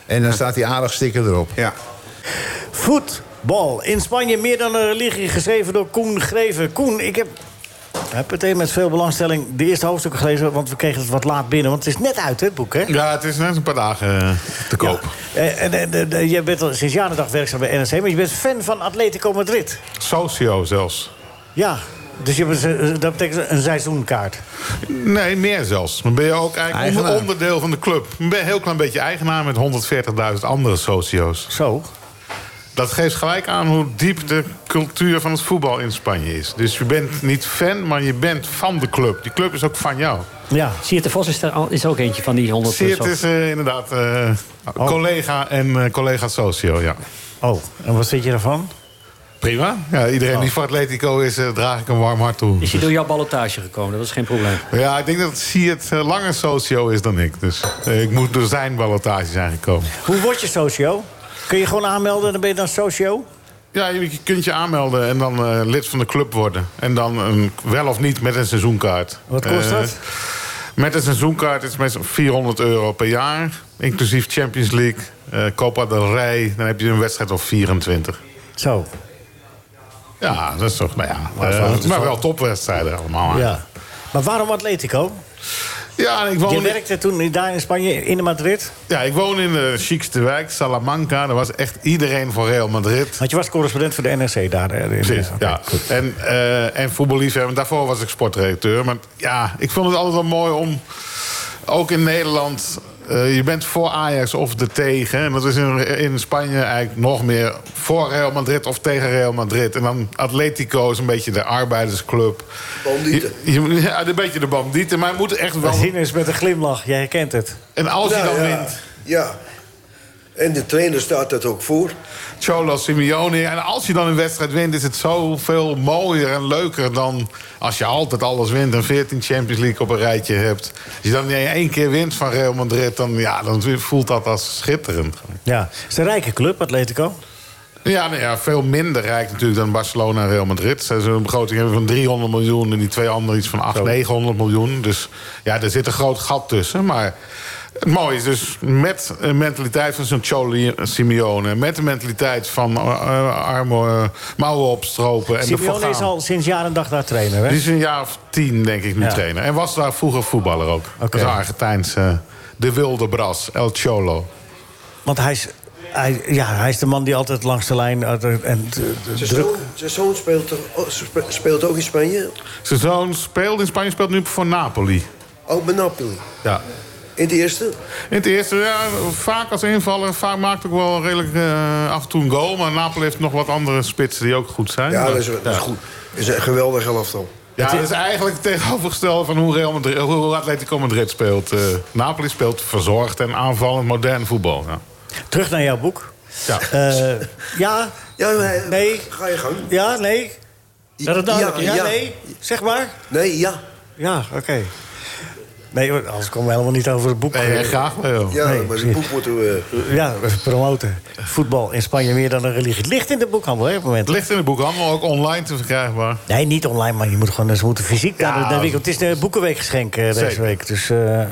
En dan staat die aardigsticker erop. Ja. Voetbal in Spanje, meer dan een religie, geschreven door Koen Greven. Koen, ik heb meteen met veel belangstelling de eerste hoofdstukken gelezen, want we kregen het wat laat binnen. Want het is net uit, het boek, hè? Ja, het is net een paar dagen te koop. Ja. Je bent al sinds jaren en dag werkzaam bij NRC, maar je bent fan van Atletico Madrid. Socio zelfs. Ja, dus dat betekent een seizoenkaart. Nee, meer zelfs. Dan ben je ook eigenlijk onderdeel van de club. Dan ben je een heel klein beetje eigenaar met 140.000 andere socio's. Zo. Dat geeft gelijk aan hoe diep de cultuur van het voetbal in Spanje is. Dus je bent niet fan, maar je bent van de club. Die club is ook van jou. Ja. Siert de Vos is ook eentje van die 100. Siert is inderdaad collega en collega socio, ja. Oh, en wat vind je ervan? Prima. Ja, iedereen die voor Atletico is, draag ik een warm hart toe. Is hij door jouw ballotage gekomen? Dat is geen probleem. Ja, ik denk dat Siert langer socio is dan ik. Dus ik moet door zijn ballotage zijn gekomen. Hoe word je socio? Kun je gewoon aanmelden en dan ben je dan socio? Ja, je kunt je aanmelden en dan lid van de club worden. En dan wel of niet met een seizoenkaart. Wat kost dat? Met een seizoenkaart is het meestal €400 per jaar. Inclusief Champions League, Copa del Rey. Dan heb je een wedstrijd of 24. Zo. Ja, dat is toch, maar wel topwedstrijden allemaal. Ja. Maar waarom Atletico? Ja, je werkte toen daar in Spanje, in Madrid? Ja, ik woon in de chicste wijk, Salamanca. Daar was echt iedereen voor Real Madrid. Want je was correspondent voor de NRC daar. Precies, ja. En voetballiefhebber. Daarvoor was ik sportredacteur. Maar ja, ik vond het altijd wel mooi om, ook in Nederland, je bent voor Ajax of er tegen. En dat is in Spanje eigenlijk nog meer voor Real Madrid of tegen Real Madrid. En dan Atletico is een beetje de arbeidersclub. Bandieten. Ja, een beetje de bandieten. Maar je moet echt wel... Zien is met een glimlach, jij herkent het. En als je dan wint... Ja. En de trainer staat dat ook voor. Cholo Simeone. En als je dan een wedstrijd wint, is het zoveel mooier en leuker dan als je altijd alles wint en 14 Champions League op een rijtje hebt. Als je dan één keer wint van Real Madrid, dan voelt dat als schitterend. Ja, het is een rijke club, Atletico. Ja, veel minder rijk natuurlijk dan Barcelona en Real Madrid. Ze hebben een begroting van 300 miljoen en die twee anderen iets van 900 miljoen. Dus ja, er zit een groot gat tussen, maar... Het mooie is dus met een mentaliteit van zo'n Cholo Simeone... met de mentaliteit van mouwen opstropen. En Simeone is al sinds jaar en dag daar trainer, hè? Die is een jaar of 10, denk ik, nu trainer. En was daar vroeger voetballer ook. Okay. Dat is een Argentijnse, de wilde bras, El Cholo. Want hij is de man die altijd langs de lijn... Zijn zoon speelt ook in Spanje? Zijn zoon speelt in Spanje, speelt nu voor Napoli. Ook bij Napoli? Ja. In het eerste? In het eerste, ja, vaak als invaller. Vaak maakt ook wel redelijk af en toe een goal. Maar Napoli heeft nog wat andere spitsen die ook goed zijn. Ja, dat is goed. Het is een geweldig elftal. Ja, dat is eigenlijk het tegenovergestelde van hoe Atletico Madrid speelt. Napoli speelt verzorgd en aanvallend modern voetbal. Ja. Terug naar jouw boek. Ja. Nee. Ga je gang. Ja, nee. Dat het duidelijk is. Ja, nee. Zeg maar. Nee, ja. Ja, oké. Nee, anders komen we helemaal niet over het boek. Nee, graag wel. Ja, maar het boek moeten we... Ja, promoten. Voetbal in Spanje meer dan een religie. Het ligt in de boekhandel, hè, op het moment. Het ligt in de boekhandel, ook online te verkrijgbaar. Nee, niet online, maar ze moeten fysiek naar de winkel. Het is de boekenweekgeschenk deze week. Dus,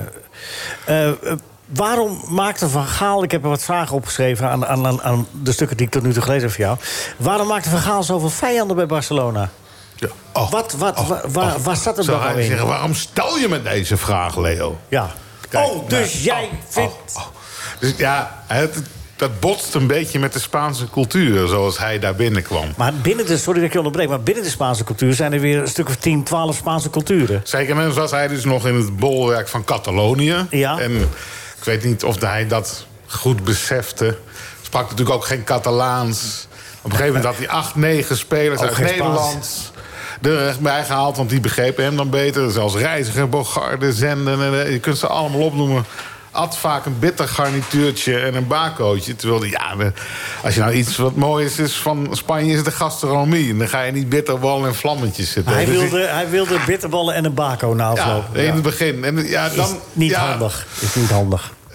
waarom maakte Van Gaal... Ik heb er wat vragen opgeschreven aan de stukken die ik tot nu toe gelezen heb voor jou. Waarom maakte Van Gaal zoveel vijanden bij Barcelona? Ja. Waar zat het dan in? Zeggen, waarom stel je me deze vraag, Leo? Ja. Kijk, jij vindt... Dus ja, dat botst een beetje met de Spaanse cultuur, zoals hij daar binnenkwam. Maar sorry dat ik je onderbreek, maar binnen de Spaanse cultuur zijn er weer een stuk of 10, 12 Spaanse culturen. Zeker, en was hij dus nog in het bolwerk van Catalonië. Ja. En ik weet niet of hij dat goed besefte. Sprak natuurlijk ook geen Catalaans. Op een gegeven moment had hij 8, 9 spelers uit Nederland erbij gehaald, want die begrepen hem dan beter. Zelfs Reiziger, Bogarde, Zenden, je kunt ze allemaal opnoemen. At vaak een bitter garnituurtje en een bakootje. Terwijl, als je nou iets wat moois is van Spanje, is het de gastronomie. En dan ga je niet bitterballen en vlammetjes zitten. Hij wilde bitterballen en een bako na afloop. Ja, in het begin. En, Is niet handig.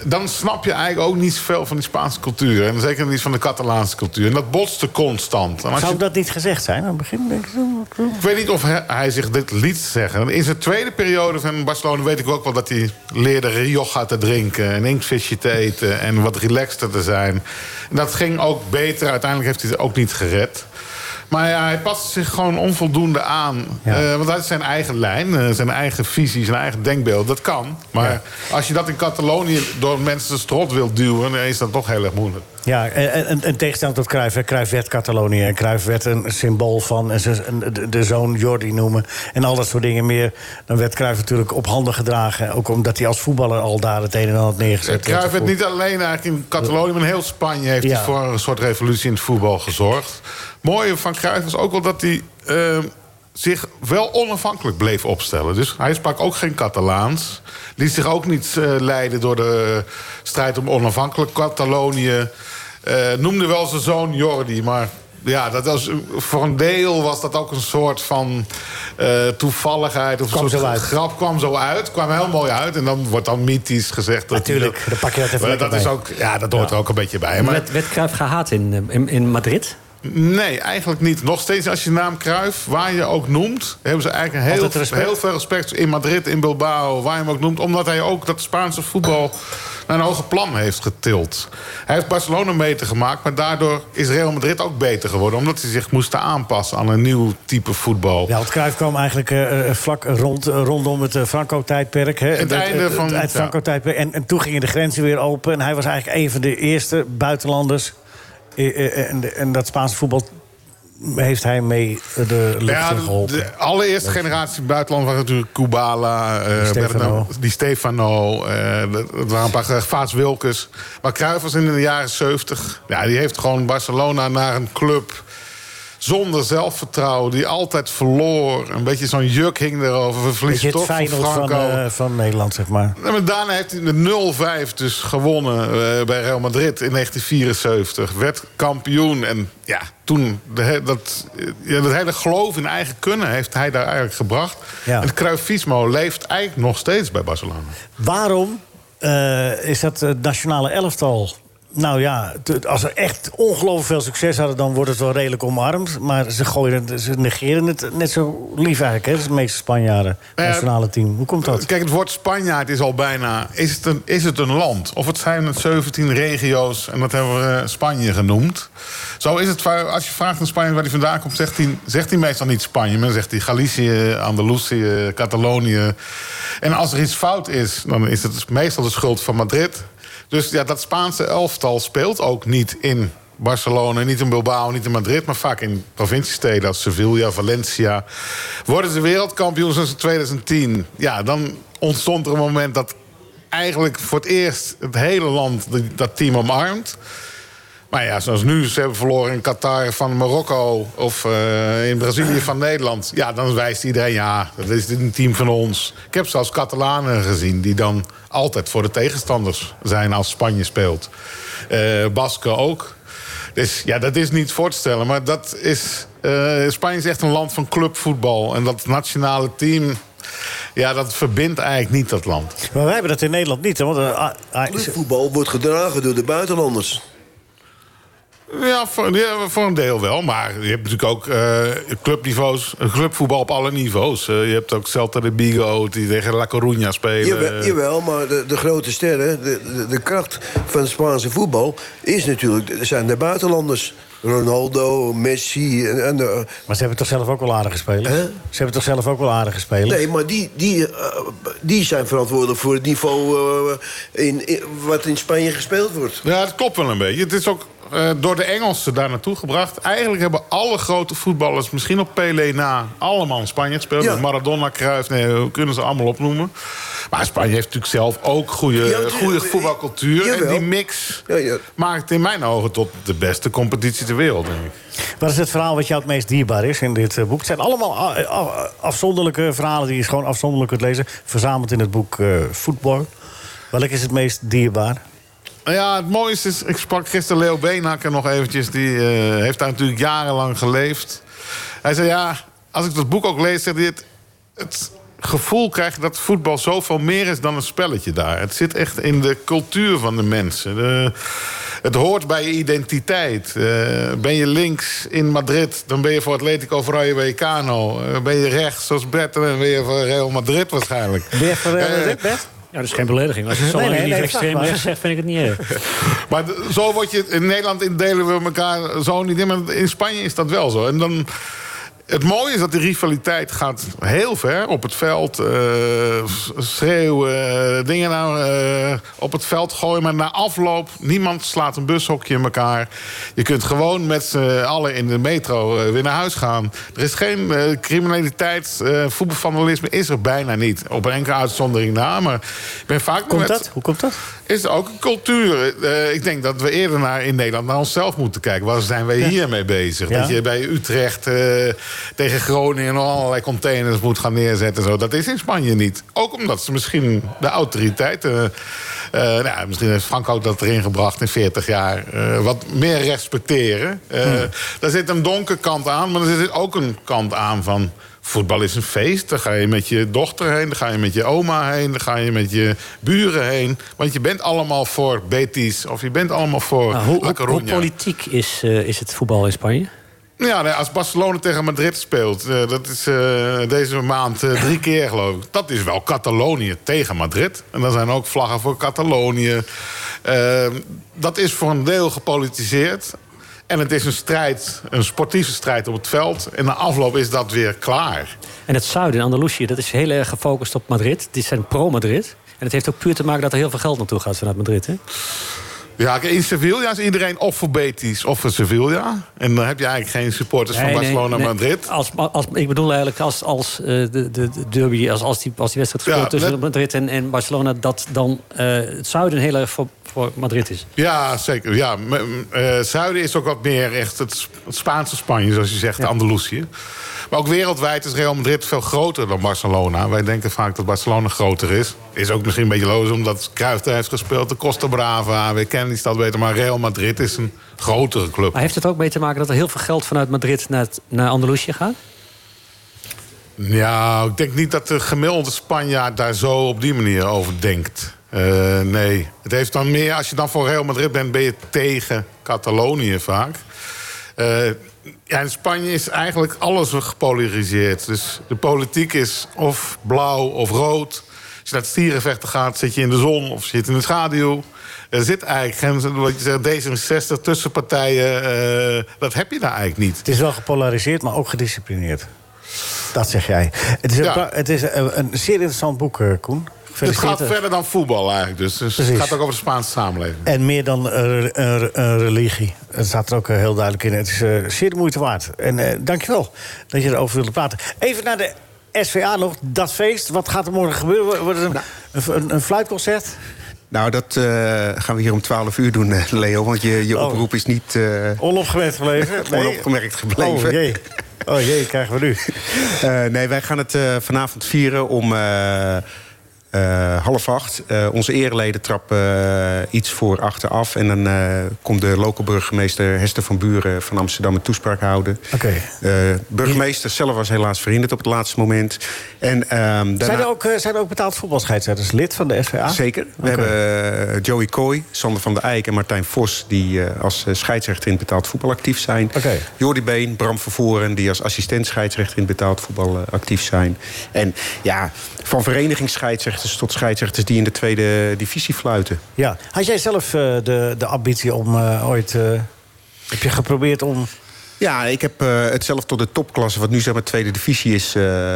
dan snap je eigenlijk ook niet zoveel van die Spaanse cultuur. En zeker niet van de Catalaanse cultuur. En dat botste constant. Zou dat niet gezegd zijn aan het begin? Denk ik weet niet of hij zich dit liet zeggen. In zijn tweede periode van Barcelona weet ik ook wel dat hij leerde Rioja te drinken. En inktvisje te eten. En wat relaxter te zijn. En dat ging ook beter. Uiteindelijk heeft hij het ook niet gered. Maar ja, hij past zich gewoon onvoldoende aan. Ja. Want dat is zijn eigen lijn, zijn eigen visie, zijn eigen denkbeeld. Dat kan. Maar als je dat in Catalonië door mensen de strot wilt duwen, dan is dat toch heel erg moeilijk. Ja, en tegenstelling tot Cruijff. Cruijff werd Catalonië. En Cruijff werd een symbool van de zoon Jordi noemen. En al dat soort dingen meer. Dan werd Cruijff natuurlijk op handen gedragen. Ook omdat hij als voetballer al daar het een en ander had neergezet. Cruijff werd niet alleen eigenlijk in Catalonië, maar in heel Spanje heeft hij voor een soort revolutie in het voetbal gezorgd. Het mooie van Cruijff was ook wel dat hij zich wel onafhankelijk bleef opstellen. Dus hij sprak ook geen Catalaans. Liet zich ook niet leiden door de strijd om onafhankelijk Catalonië. Noemde wel zijn zoon Jordi, maar ja, dat was, voor een deel was dat ook een soort van toevalligheid. Of een soort grap kwam zo uit. Kwam heel mooi uit. En dan wordt dan mythisch gezegd. Natuurlijk, dan pak je dat even dat is ook, ja, dat hoort er ook een beetje bij. Maar werd Cruijff gehaat in Madrid? Nee, eigenlijk niet. Nog steeds als je naam Cruijff, waar je ook noemt, hebben ze eigenlijk heel veel respect in Madrid, in Bilbao, waar je hem ook noemt. Omdat hij ook dat Spaanse voetbal naar een hoger plan heeft getild. Hij heeft Barcelona beter gemaakt, maar daardoor is Real Madrid ook beter geworden. Omdat ze zich moesten aanpassen aan een nieuw type voetbal. Ja, want Cruijff kwam eigenlijk vlak rondom het Franco-tijdperk. Het einde van het Franco-tijdperk. En toen gingen de grenzen weer open. En hij was eigenlijk een van de eerste buitenlanders. En dat Spaanse voetbal heeft hij mee de lucht in geholpen. De allereerste generatie buitenland was natuurlijk Kubala, Di Stefano. Het waren een paar Vaas Wilkes. Maar Cruijff was in de jaren 70. Ja, die heeft gewoon Barcelona naar een club zonder zelfvertrouwen, die altijd verloor. Een beetje zo'n juk hing erover. We verliezen toch van Franco. Van Nederland, zeg maar. Ja, maar daarna heeft hij de 0-5 dus gewonnen bij Real Madrid in 1974. Werd kampioen. En ja, toen dat hele geloof in eigen kunnen heeft hij daar eigenlijk gebracht. Ja. En het Cruyffismo leeft eigenlijk nog steeds bij Barcelona. Waarom is dat nationale elftal? Nou ja, als ze echt ongelooflijk veel succes hadden, dan wordt het wel redelijk omarmd. Maar ze negeren het net zo lief eigenlijk, hè? Dat is de meeste Spanjaarden, het nationale team. Hoe komt dat? Kijk, het woord Spanjaard is al bijna... Is het een land? Of het zijn het 17 regio's, en dat hebben we Spanje genoemd. Zo is het, als je vraagt aan Spanje waar hij vandaan komt, zegt hij meestal niet Spanje. Maar dan zegt hij Galicië, Andalusië, Catalonië. En als er iets fout is, dan is het meestal de schuld van Madrid. Dus ja, dat Spaanse elftal speelt ook niet in Barcelona, niet in Bilbao, niet in Madrid, maar vaak in provinciesteden als Sevilla, Valencia. Worden ze wereldkampioen sinds 2010? Ja, dan ontstond er een moment dat eigenlijk voor het eerst het hele land dat team omarmt. Maar ja, zoals nu, ze hebben verloren in Qatar van Marokko of in Brazilië van Nederland. Ja, dan wijst iedereen, ja, dat is een team van ons. Ik heb zelfs Catalanen gezien die dan altijd voor de tegenstanders zijn als Spanje speelt. Basken ook. Dus ja, dat is niet voor te stellen. Maar dat is, Spanje is echt een land van clubvoetbal. En dat nationale team, ja, dat verbindt eigenlijk niet dat land. Maar wij hebben dat in Nederland niet. Want clubvoetbal wordt gedragen door de buitenlanders. Ja, voor een deel wel. Maar je hebt natuurlijk ook clubniveaus, clubvoetbal op alle niveaus. Je hebt ook Celta de Vigo die tegen La Coruña spelen. Jawel, maar de grote sterren, de kracht van het Spaanse voetbal is natuurlijk, zijn de buitenlanders. Ronaldo, Messi. Maar ze hebben toch zelf ook wel aardige spelers? Ze hebben toch zelf ook wel aardige spelers? Nee, maar die zijn verantwoordelijk voor het niveau wat in Spanje gespeeld wordt. Ja, dat klopt wel een beetje. Het is ook door de Engelsen daar naartoe gebracht. Eigenlijk hebben alle grote voetballers, misschien op Pelé na, allemaal in Spanje gespeeld. Ja. Maradona, Cruyff, we kunnen ze allemaal opnoemen. Maar Spanje heeft natuurlijk zelf ook goede voetbalcultuur. Jawel. En die mix maakt in mijn ogen tot de beste competitie ter wereld, denk ik. Wat is het verhaal wat jou het meest dierbaar is in dit boek? Het zijn allemaal afzonderlijke verhalen die je gewoon afzonderlijk kunt lezen. Verzameld in het boek Voetbal. Welk is het meest dierbaar? Ja, het mooiste is, ik sprak gisteren Leo Beenhakker nog eventjes. Die heeft daar natuurlijk jarenlang geleefd. Hij zei, ja, als ik dat boek ook lees, zegt hij, het gevoel krijg je dat voetbal zoveel meer is dan een spelletje daar. Het zit echt in de cultuur van de mensen. Het hoort bij je identiteit. Ben je links in Madrid, dan ben je voor Atletico Vallecano. Ben je rechts, zoals Bert, dan ben je voor Real Madrid waarschijnlijk. Ben je voor Real Madrid, Bert? Ja, dat is geen belediging. Als je zo niet extreem rechts zegt, vind ik het niet erg. Maar zo word je... In Nederland indelen we elkaar zo niet in. Maar in Spanje is dat wel zo. En dan... Het mooie is dat de rivaliteit gaat heel ver op het veld. Schreeuwen, dingen op het veld gooien. Maar na afloop, niemand slaat een bushokje in elkaar. Je kunt gewoon met z'n allen in de metro weer naar huis gaan. Er is geen criminaliteit, voetbalvandalisme is er bijna niet. Op een enkele uitzondering na, maar ik ben vaak... Hoe komt dat? Is er ook een cultuur. Ik denk dat we eerder in Nederland naar onszelf moeten kijken. Waar zijn wij hiermee bezig? Ja. Dat je bij Utrecht tegen Groningen nog allerlei containers moet gaan neerzetten. Zo. Dat is in Spanje niet. Ook omdat ze misschien de autoriteiten... misschien heeft Franco dat erin gebracht in 40 jaar. Wat meer respecteren. Daar zit een donkere kant aan, maar er zit ook een kant aan van... Voetbal is een feest. Dan ga je met je dochter heen, dan ga je met je oma heen... dan ga je met je buren heen. Want je bent allemaal voor Betis of je bent allemaal voor La Coruña. Hoe politiek is het voetbal in Spanje? Ja, als Barcelona tegen Madrid speelt... dat is deze maand 3 keer, geloof ik. Dat is wel Catalonië tegen Madrid. En dan zijn ook vlaggen voor Catalonië. Dat is voor een deel gepolitiseerd... En het is een strijd, een sportieve strijd op het veld. En na afloop is dat weer klaar. En het zuiden, Andalusië, dat is heel erg gefocust op Madrid. Die zijn pro-Madrid. En het heeft ook puur te maken dat er heel veel geld naartoe gaat vanuit Madrid, hè? Ja, in Sevilla is iedereen of voor Betis of voor Sevilla. En dan heb je eigenlijk geen supporters van Barcelona Madrid. Ik bedoel eigenlijk als de derby, als die wedstrijd gespeeld tussen Madrid en Barcelona... dat dan het zuiden heel erg voor Madrid is. Ja, zeker. Ja. Het zuiden is ook wat meer echt het Spaanse Spanje, zoals je zegt, Andalusië. Maar ook wereldwijd is Real Madrid veel groter dan Barcelona. Wij denken vaak dat Barcelona groter is. Is ook misschien een beetje loos omdat Cruijff daar heeft gespeeld. De Costa Brava, we kennen die stad beter. Maar Real Madrid is een grotere club. Maar heeft het ook mee te maken dat er heel veel geld vanuit Madrid naar Andalusië gaat? Ja, ik denk niet dat de gemiddelde Spanjaard daar zo op die manier over denkt. Nee. Het heeft dan meer, als je dan voor Real Madrid bent, ben je tegen Catalonië vaak. In Spanje is eigenlijk alles gepolariseerd. Dus de politiek is of blauw of rood. Als je naar het stierenvechten gaat, zit je in de zon of zit in de schaduw. Er zit eigenlijk geen, wat je zegt, D66 tussenpartijen. Dat heb je daar eigenlijk niet. Het is wel gepolariseerd, maar ook gedisciplineerd. Dat zeg jij. Het is een zeer interessant boek, Koen. Het gaat verder dan voetbal eigenlijk. Dus het gaat ook over de Spaanse samenleving. En meer dan een religie. Dat staat er ook heel duidelijk in. Het is zeer de moeite waard. En dankjewel dat je erover wilde praten. Even naar de SVA nog, dat feest. Wat gaat er morgen gebeuren? Wordt het een fluitconcert? Nou, dat gaan we hier om 12 uur doen, Leo. Want je oproep is niet... Onopgemerkt gebleven? Nee. Onopgemerkt gebleven. Oh jee, krijgen we nu. Nee, wij gaan het vanavond vieren om 7:30. Onze ereleden trappen iets voor 8 af. En dan komt de lokale burgemeester Hester van Buren van Amsterdam een toespraak houden. Okay. Burgemeester zelf was helaas verhinderd op het laatste moment. En, zijn er ook betaald voetbalscheidsrechters lid van de SVA? Zeker. We hebben Joey Kooi, Sander van der Eyck en Martijn Vos... die als scheidsrechter in betaald voetbal actief zijn. Okay. Jordi Been, Bram Vervoren, die als assistent scheidsrechter in betaald voetbal actief zijn. En ja, van verenigingsscheidsrechters tot scheidsrechters die in de tweede divisie fluiten. Ja. Had jij zelf de ambitie om ooit... heb je geprobeerd om... Ja, ik heb het zelf tot de topklasse, wat nu zeg maar tweede divisie is,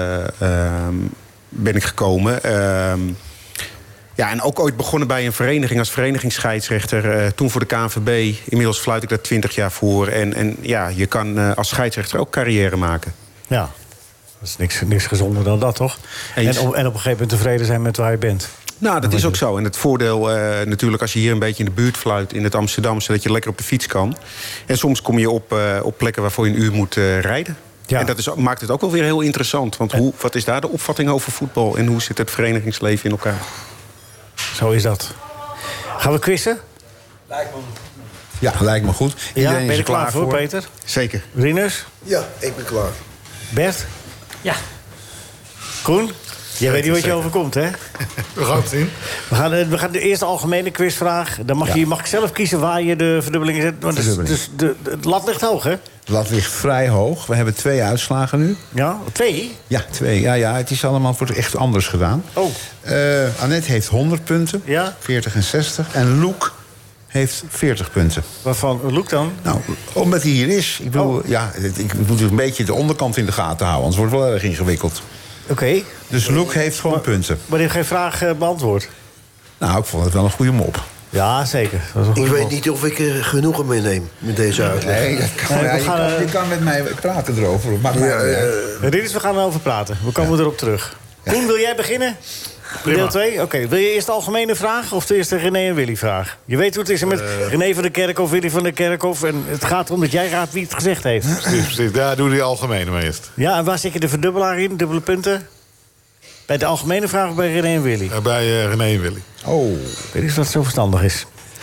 ben ik gekomen. Ja, en ook ooit begonnen bij een vereniging als verenigingsscheidsrechter. Toen voor de KNVB. Inmiddels fluit ik daar 20 jaar voor. En ja, je kan als scheidsrechter ook carrière maken. Ja. Dat is niks gezonder dan dat, toch? En op een gegeven moment tevreden zijn met waar je bent. Nou, dat is ook zo. En het voordeel natuurlijk als je hier een beetje in de buurt fluit... in het Amsterdamse, dat je lekker op de fiets kan. En soms kom je op plekken waarvoor je een uur moet rijden. Ja. En dat maakt het ook wel weer heel interessant. Want wat is daar de opvatting over voetbal? En hoe zit het verenigingsleven in elkaar? Zo is dat. Gaan we quizzen? Lijkt me. Ja, lijkt me goed. Iedereen ben je er klaar voor, Peter? Zeker. Rinus? Ja, ik ben klaar. Bert? Ja. Koen? Jij weet niet wat je overkomt, hè? We gaan het zien. We gaan de eerste algemene quizvraag. Dan mag ik zelf kiezen waar je de verdubbeling zet. Maar dus de lat ligt hoog, hè? De lat ligt vrij hoog. We hebben 2 uitslagen nu. Ja, 2? Ja, 2. Ja, het is allemaal voor echt anders gedaan. Oh. Annette heeft 100 punten. Ja. 40 en 60. En Loek heeft 40 punten. Waarvan Loek dan? Nou, omdat hij hier is. Ik bedoel, ik moet een beetje de onderkant in de gaten houden. Anders wordt het wel erg ingewikkeld. Oké. Dus Loek heeft gewoon punten. Maar die heeft geen vraag beantwoord? Nou, ik vond het wel een goede mop. Ja, zeker. Ik weet niet of ik er genoegen mee neem met deze uitleg. Nee, dat kan, je kan met mij praten erover. Rinus, we gaan erover praten. We komen erop terug. Koen, wil jij beginnen? Deel 2? Oké. Wil je eerst de algemene vraag of eerst de René en Willy vraag? Je weet hoe het is met René van der Kerkhof, Willy van der Kerkhof. En het gaat erom dat jij raadt wie het gezegd heeft. Precies. Ja, doe die algemene maar eerst. Ja, en waar zit je de verdubbelaar in? Dubbele punten? Bij de algemene vraag of bij René en Willy? Bij René en Willy. Oh. Ik weet niet of dat zo verstandig is.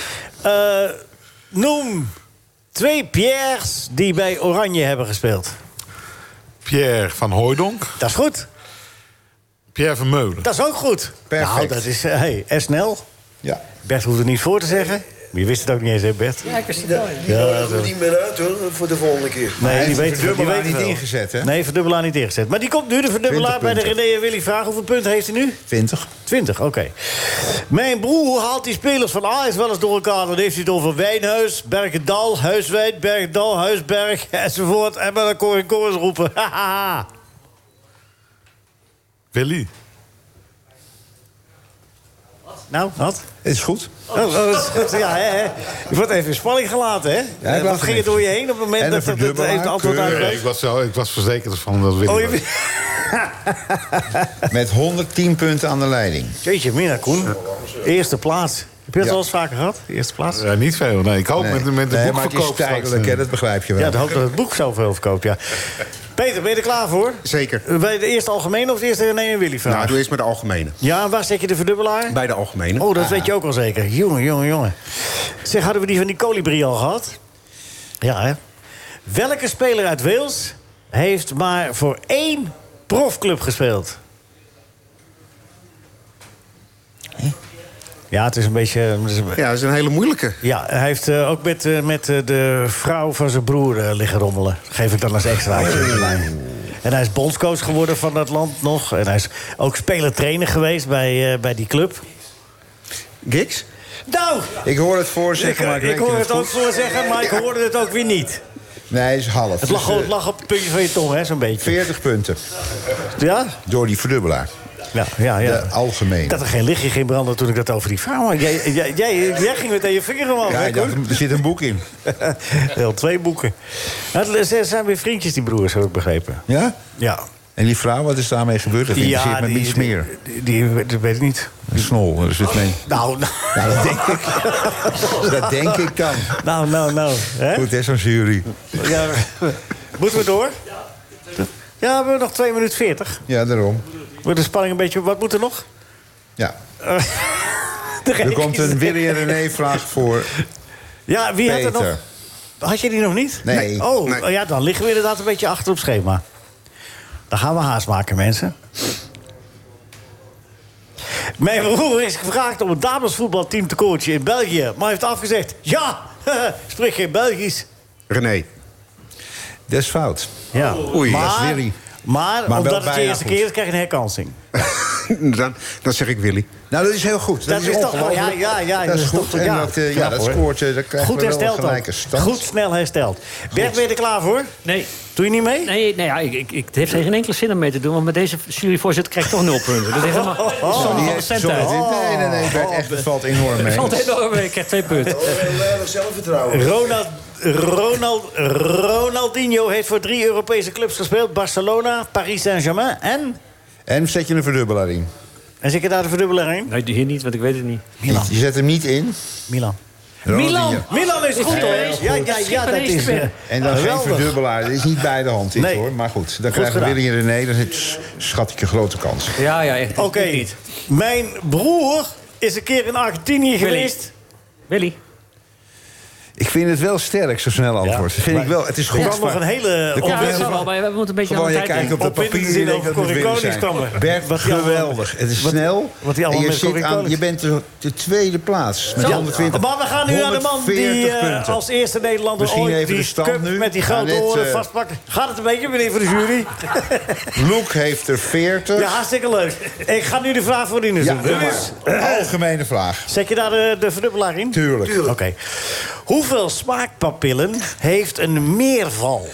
Noem 2 Pierres die bij Oranje hebben gespeeld. Pierre van Hooijdonk. Dat is goed. Pierre Vermeulen. Dat is ook goed. Perfect. Nou, dat is en snel. Ja. Bert hoeft het niet voor te zeggen. Maar je wist het ook niet eens, hè, Bert? Ja, ik wist het wel. Die nodigen we niet meer uit, hoor, voor de volgende keer. Nee, die weet verdubbelaar niet ingezet, hè? Nee, verdubbelaar niet ingezet. Maar die komt nu, de verdubbelaar, bij de René en Willy vraag. Hoeveel punten heeft hij nu? 20. 20, oké. Mijn broer haalt die spelers van Ajax wel eens door elkaar. Dan heeft hij het over Wijnhuis, Bergendal, Huiswijd, Bergendal, Huisberg, enzovoort. En met een koor roepen. Haha. Willy. Nou, wat? Het is goed. Oh, dat is goed. Ja, hè? Je wordt even in spanning gelaten, hè? Ja, wat ging er door je heen op het moment dat het even antwoord uitbleef? Ik was verzekerd van dat Willy. Met 110 punten aan de leiding. Jeetje, Mina, Koen. Eerste plaats. Heb je dat al eens vaker gehad? Eerste plaats? Ja, niet veel. Nee, ik hoop met de boekverkoop. Maar het is tijdelijk, hè, dat begrijp je wel. Ja, ik hoop dat het boek zoveel verkoopt, ja. Peter, ben je er klaar voor? Zeker. Bij de eerste algemene of de eerste René en Willy vraag? Nou, doe eerst met de algemene. Ja, waar zet je de verdubbelaar? Bij de algemene. Oh, dat weet je ook al zeker. Jongen. Zeg, hadden we die van die kolibrie al gehad? Ja, hè? Welke speler uit Wales heeft maar voor 1 profclub gespeeld? Ja, het is een beetje... Ja, dat is een hele moeilijke. Ja, hij heeft ook met de vrouw van zijn broer liggen rommelen. Geef ik dan als extraatje. En hij is bondscoach geworden van dat land nog. En hij is ook speler-trainer geweest bij die club. Giggs? Nou! Ik hoor het voorzeggen, maar ik hoor het ook voorzeggen, maar ik hoorde het ook weer niet. Nee, het is half. Het lag op het puntje van je tong, hè, zo'n beetje. 40 punten. Ja? Door die verdubbelaar. Ja. De algemeen. Dat er geen lichtje ging branden toen ik dat over die vrouw had. Jij ging meteen je vinger omhoog. Ja, er zit een boek in. Wel 2 boeken. Ze zijn weer vriendjes, die broers, heb ik begrepen. Ja? Ja. En die vrouw, wat is daarmee gebeurd? Dat interesseert me iets meer. Dat weet ik niet. Een snol, dat is het mee. Nou, dat denk ik. Dat denk ik dan. Nou. Hè? Goed, hè, zo'n jury. Ja, moeten we door? Ja, we hebben nog 2 minuten 40. Ja, daarom. Wordt de spanning een beetje... Wat moet er nog? Ja. Er komt een Willy en René vraag voor Ja, wie Peter. had er nog? Had je die nog niet? Nee. Oh, ja, dan liggen we inderdaad een beetje achter op schema. Dan gaan we haast maken, mensen. Mijn broer is gevraagd om het damesvoetbalteam te coachen in België. Maar hij heeft afgezegd, ja, spreek geen Belgisch. René. Dat is fout. Ja. Oei, dat is Willy. Maar omdat het je eerste keer is, krijg je een herkansing. Dan zeg ik Willy. Nou, dat is heel goed. Dat is toch wel, ja. Dat is goed. En dat scoort, dat krijgt goed hersteld gelijke stand. Goed snel hersteld. Bert, ben je er klaar voor? Nee. Doe je niet mee? Nee, het heeft geen enkele zin om mee te doen. Want met deze juryvoorzitter krijg ik toch 0 punten. Dat heeft helemaal cent uit. Nee, Bert, echt, het valt enorm mee. Het valt enorm mee, ik krijg 2 punten. Zelfvertrouwen. Ronaldinho heeft voor 3 Europese clubs gespeeld. Barcelona, Paris Saint-Germain en... En zet je een verdubbelaar in? En zit je daar de verdubbelaar in? Nee, hier niet, want ik weet het niet. Milan. Je zet hem niet in? Milan is goed, hoor. Ja, dat is... En dan geen verdubbelaar. Dat is niet bij de hand, dit, hoor. Maar goed, dan krijgen Willy en René. Dan schat ik een grote kans. Ja, echt. Oké. Mijn broer is een keer in Argentinië geweest. Willy. Ik vind het wel sterk, zo snel antwoord. Ja, vind ik wel. Het is goed. Er kwam nog een hele... maar we moeten een beetje gewoon, je kijkt op dat papier en denkt dat het winnen zijn. Bert, geweldig. Het is snel. Wat en je bent de tweede plaats. Met 120. Maar we gaan nu naar de man die als eerste Nederlander ooit die cup met die grote oren vastpakken. Gaat het een beetje, meneer van de jury? Luc heeft er 40. Ja, hartstikke leuk. Ik ga nu de vraag voor Rinus doen. Algemene vraag. Zet je daar de verdubbelaar in? Tuurlijk. Oké. Hoeveel smaakpapillen heeft een meerval?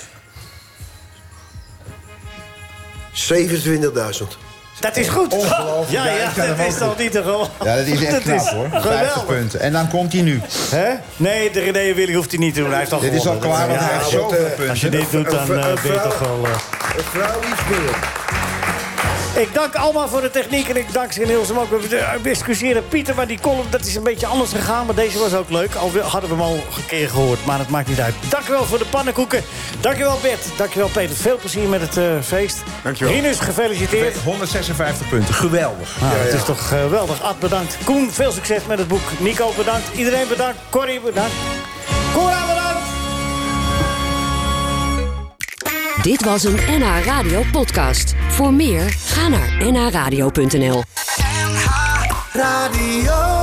27.000. Dat is goed. Ongelooflijk. Ja, dat is toch niet te gewoon. Ja, dat is echt knap, hoor. 50 punten. En dan komt hij nu. Hè? Nee, de René Willy hoeft hij niet te doen. Hij heeft al dit is al klaar, want hij heeft zoveel punten. Als je dit doet, dan ben je toch wel... Een vrouw iets meer. Ik dank allemaal voor de techniek en ik dank Hilsum ook. We discussiëren Pieter, maar die column dat is een beetje anders gegaan. Maar deze was ook leuk. Al hadden we hem al een keer gehoord, maar het maakt niet uit. Dank u wel voor de pannenkoeken. Dank je wel Bert. Dank je wel Peter. Veel plezier met het feest. Dank je wel. Rinus, gefeliciteerd. 156 punten. Geweldig. Het is toch geweldig. Ad, bedankt. Koen, veel succes met het boek. Nico, bedankt. Iedereen bedankt. Corrie, bedankt. Cora, bedankt. Dit was een NH Radio podcast. Voor meer, ga naar nhradio.nl. NH Radio.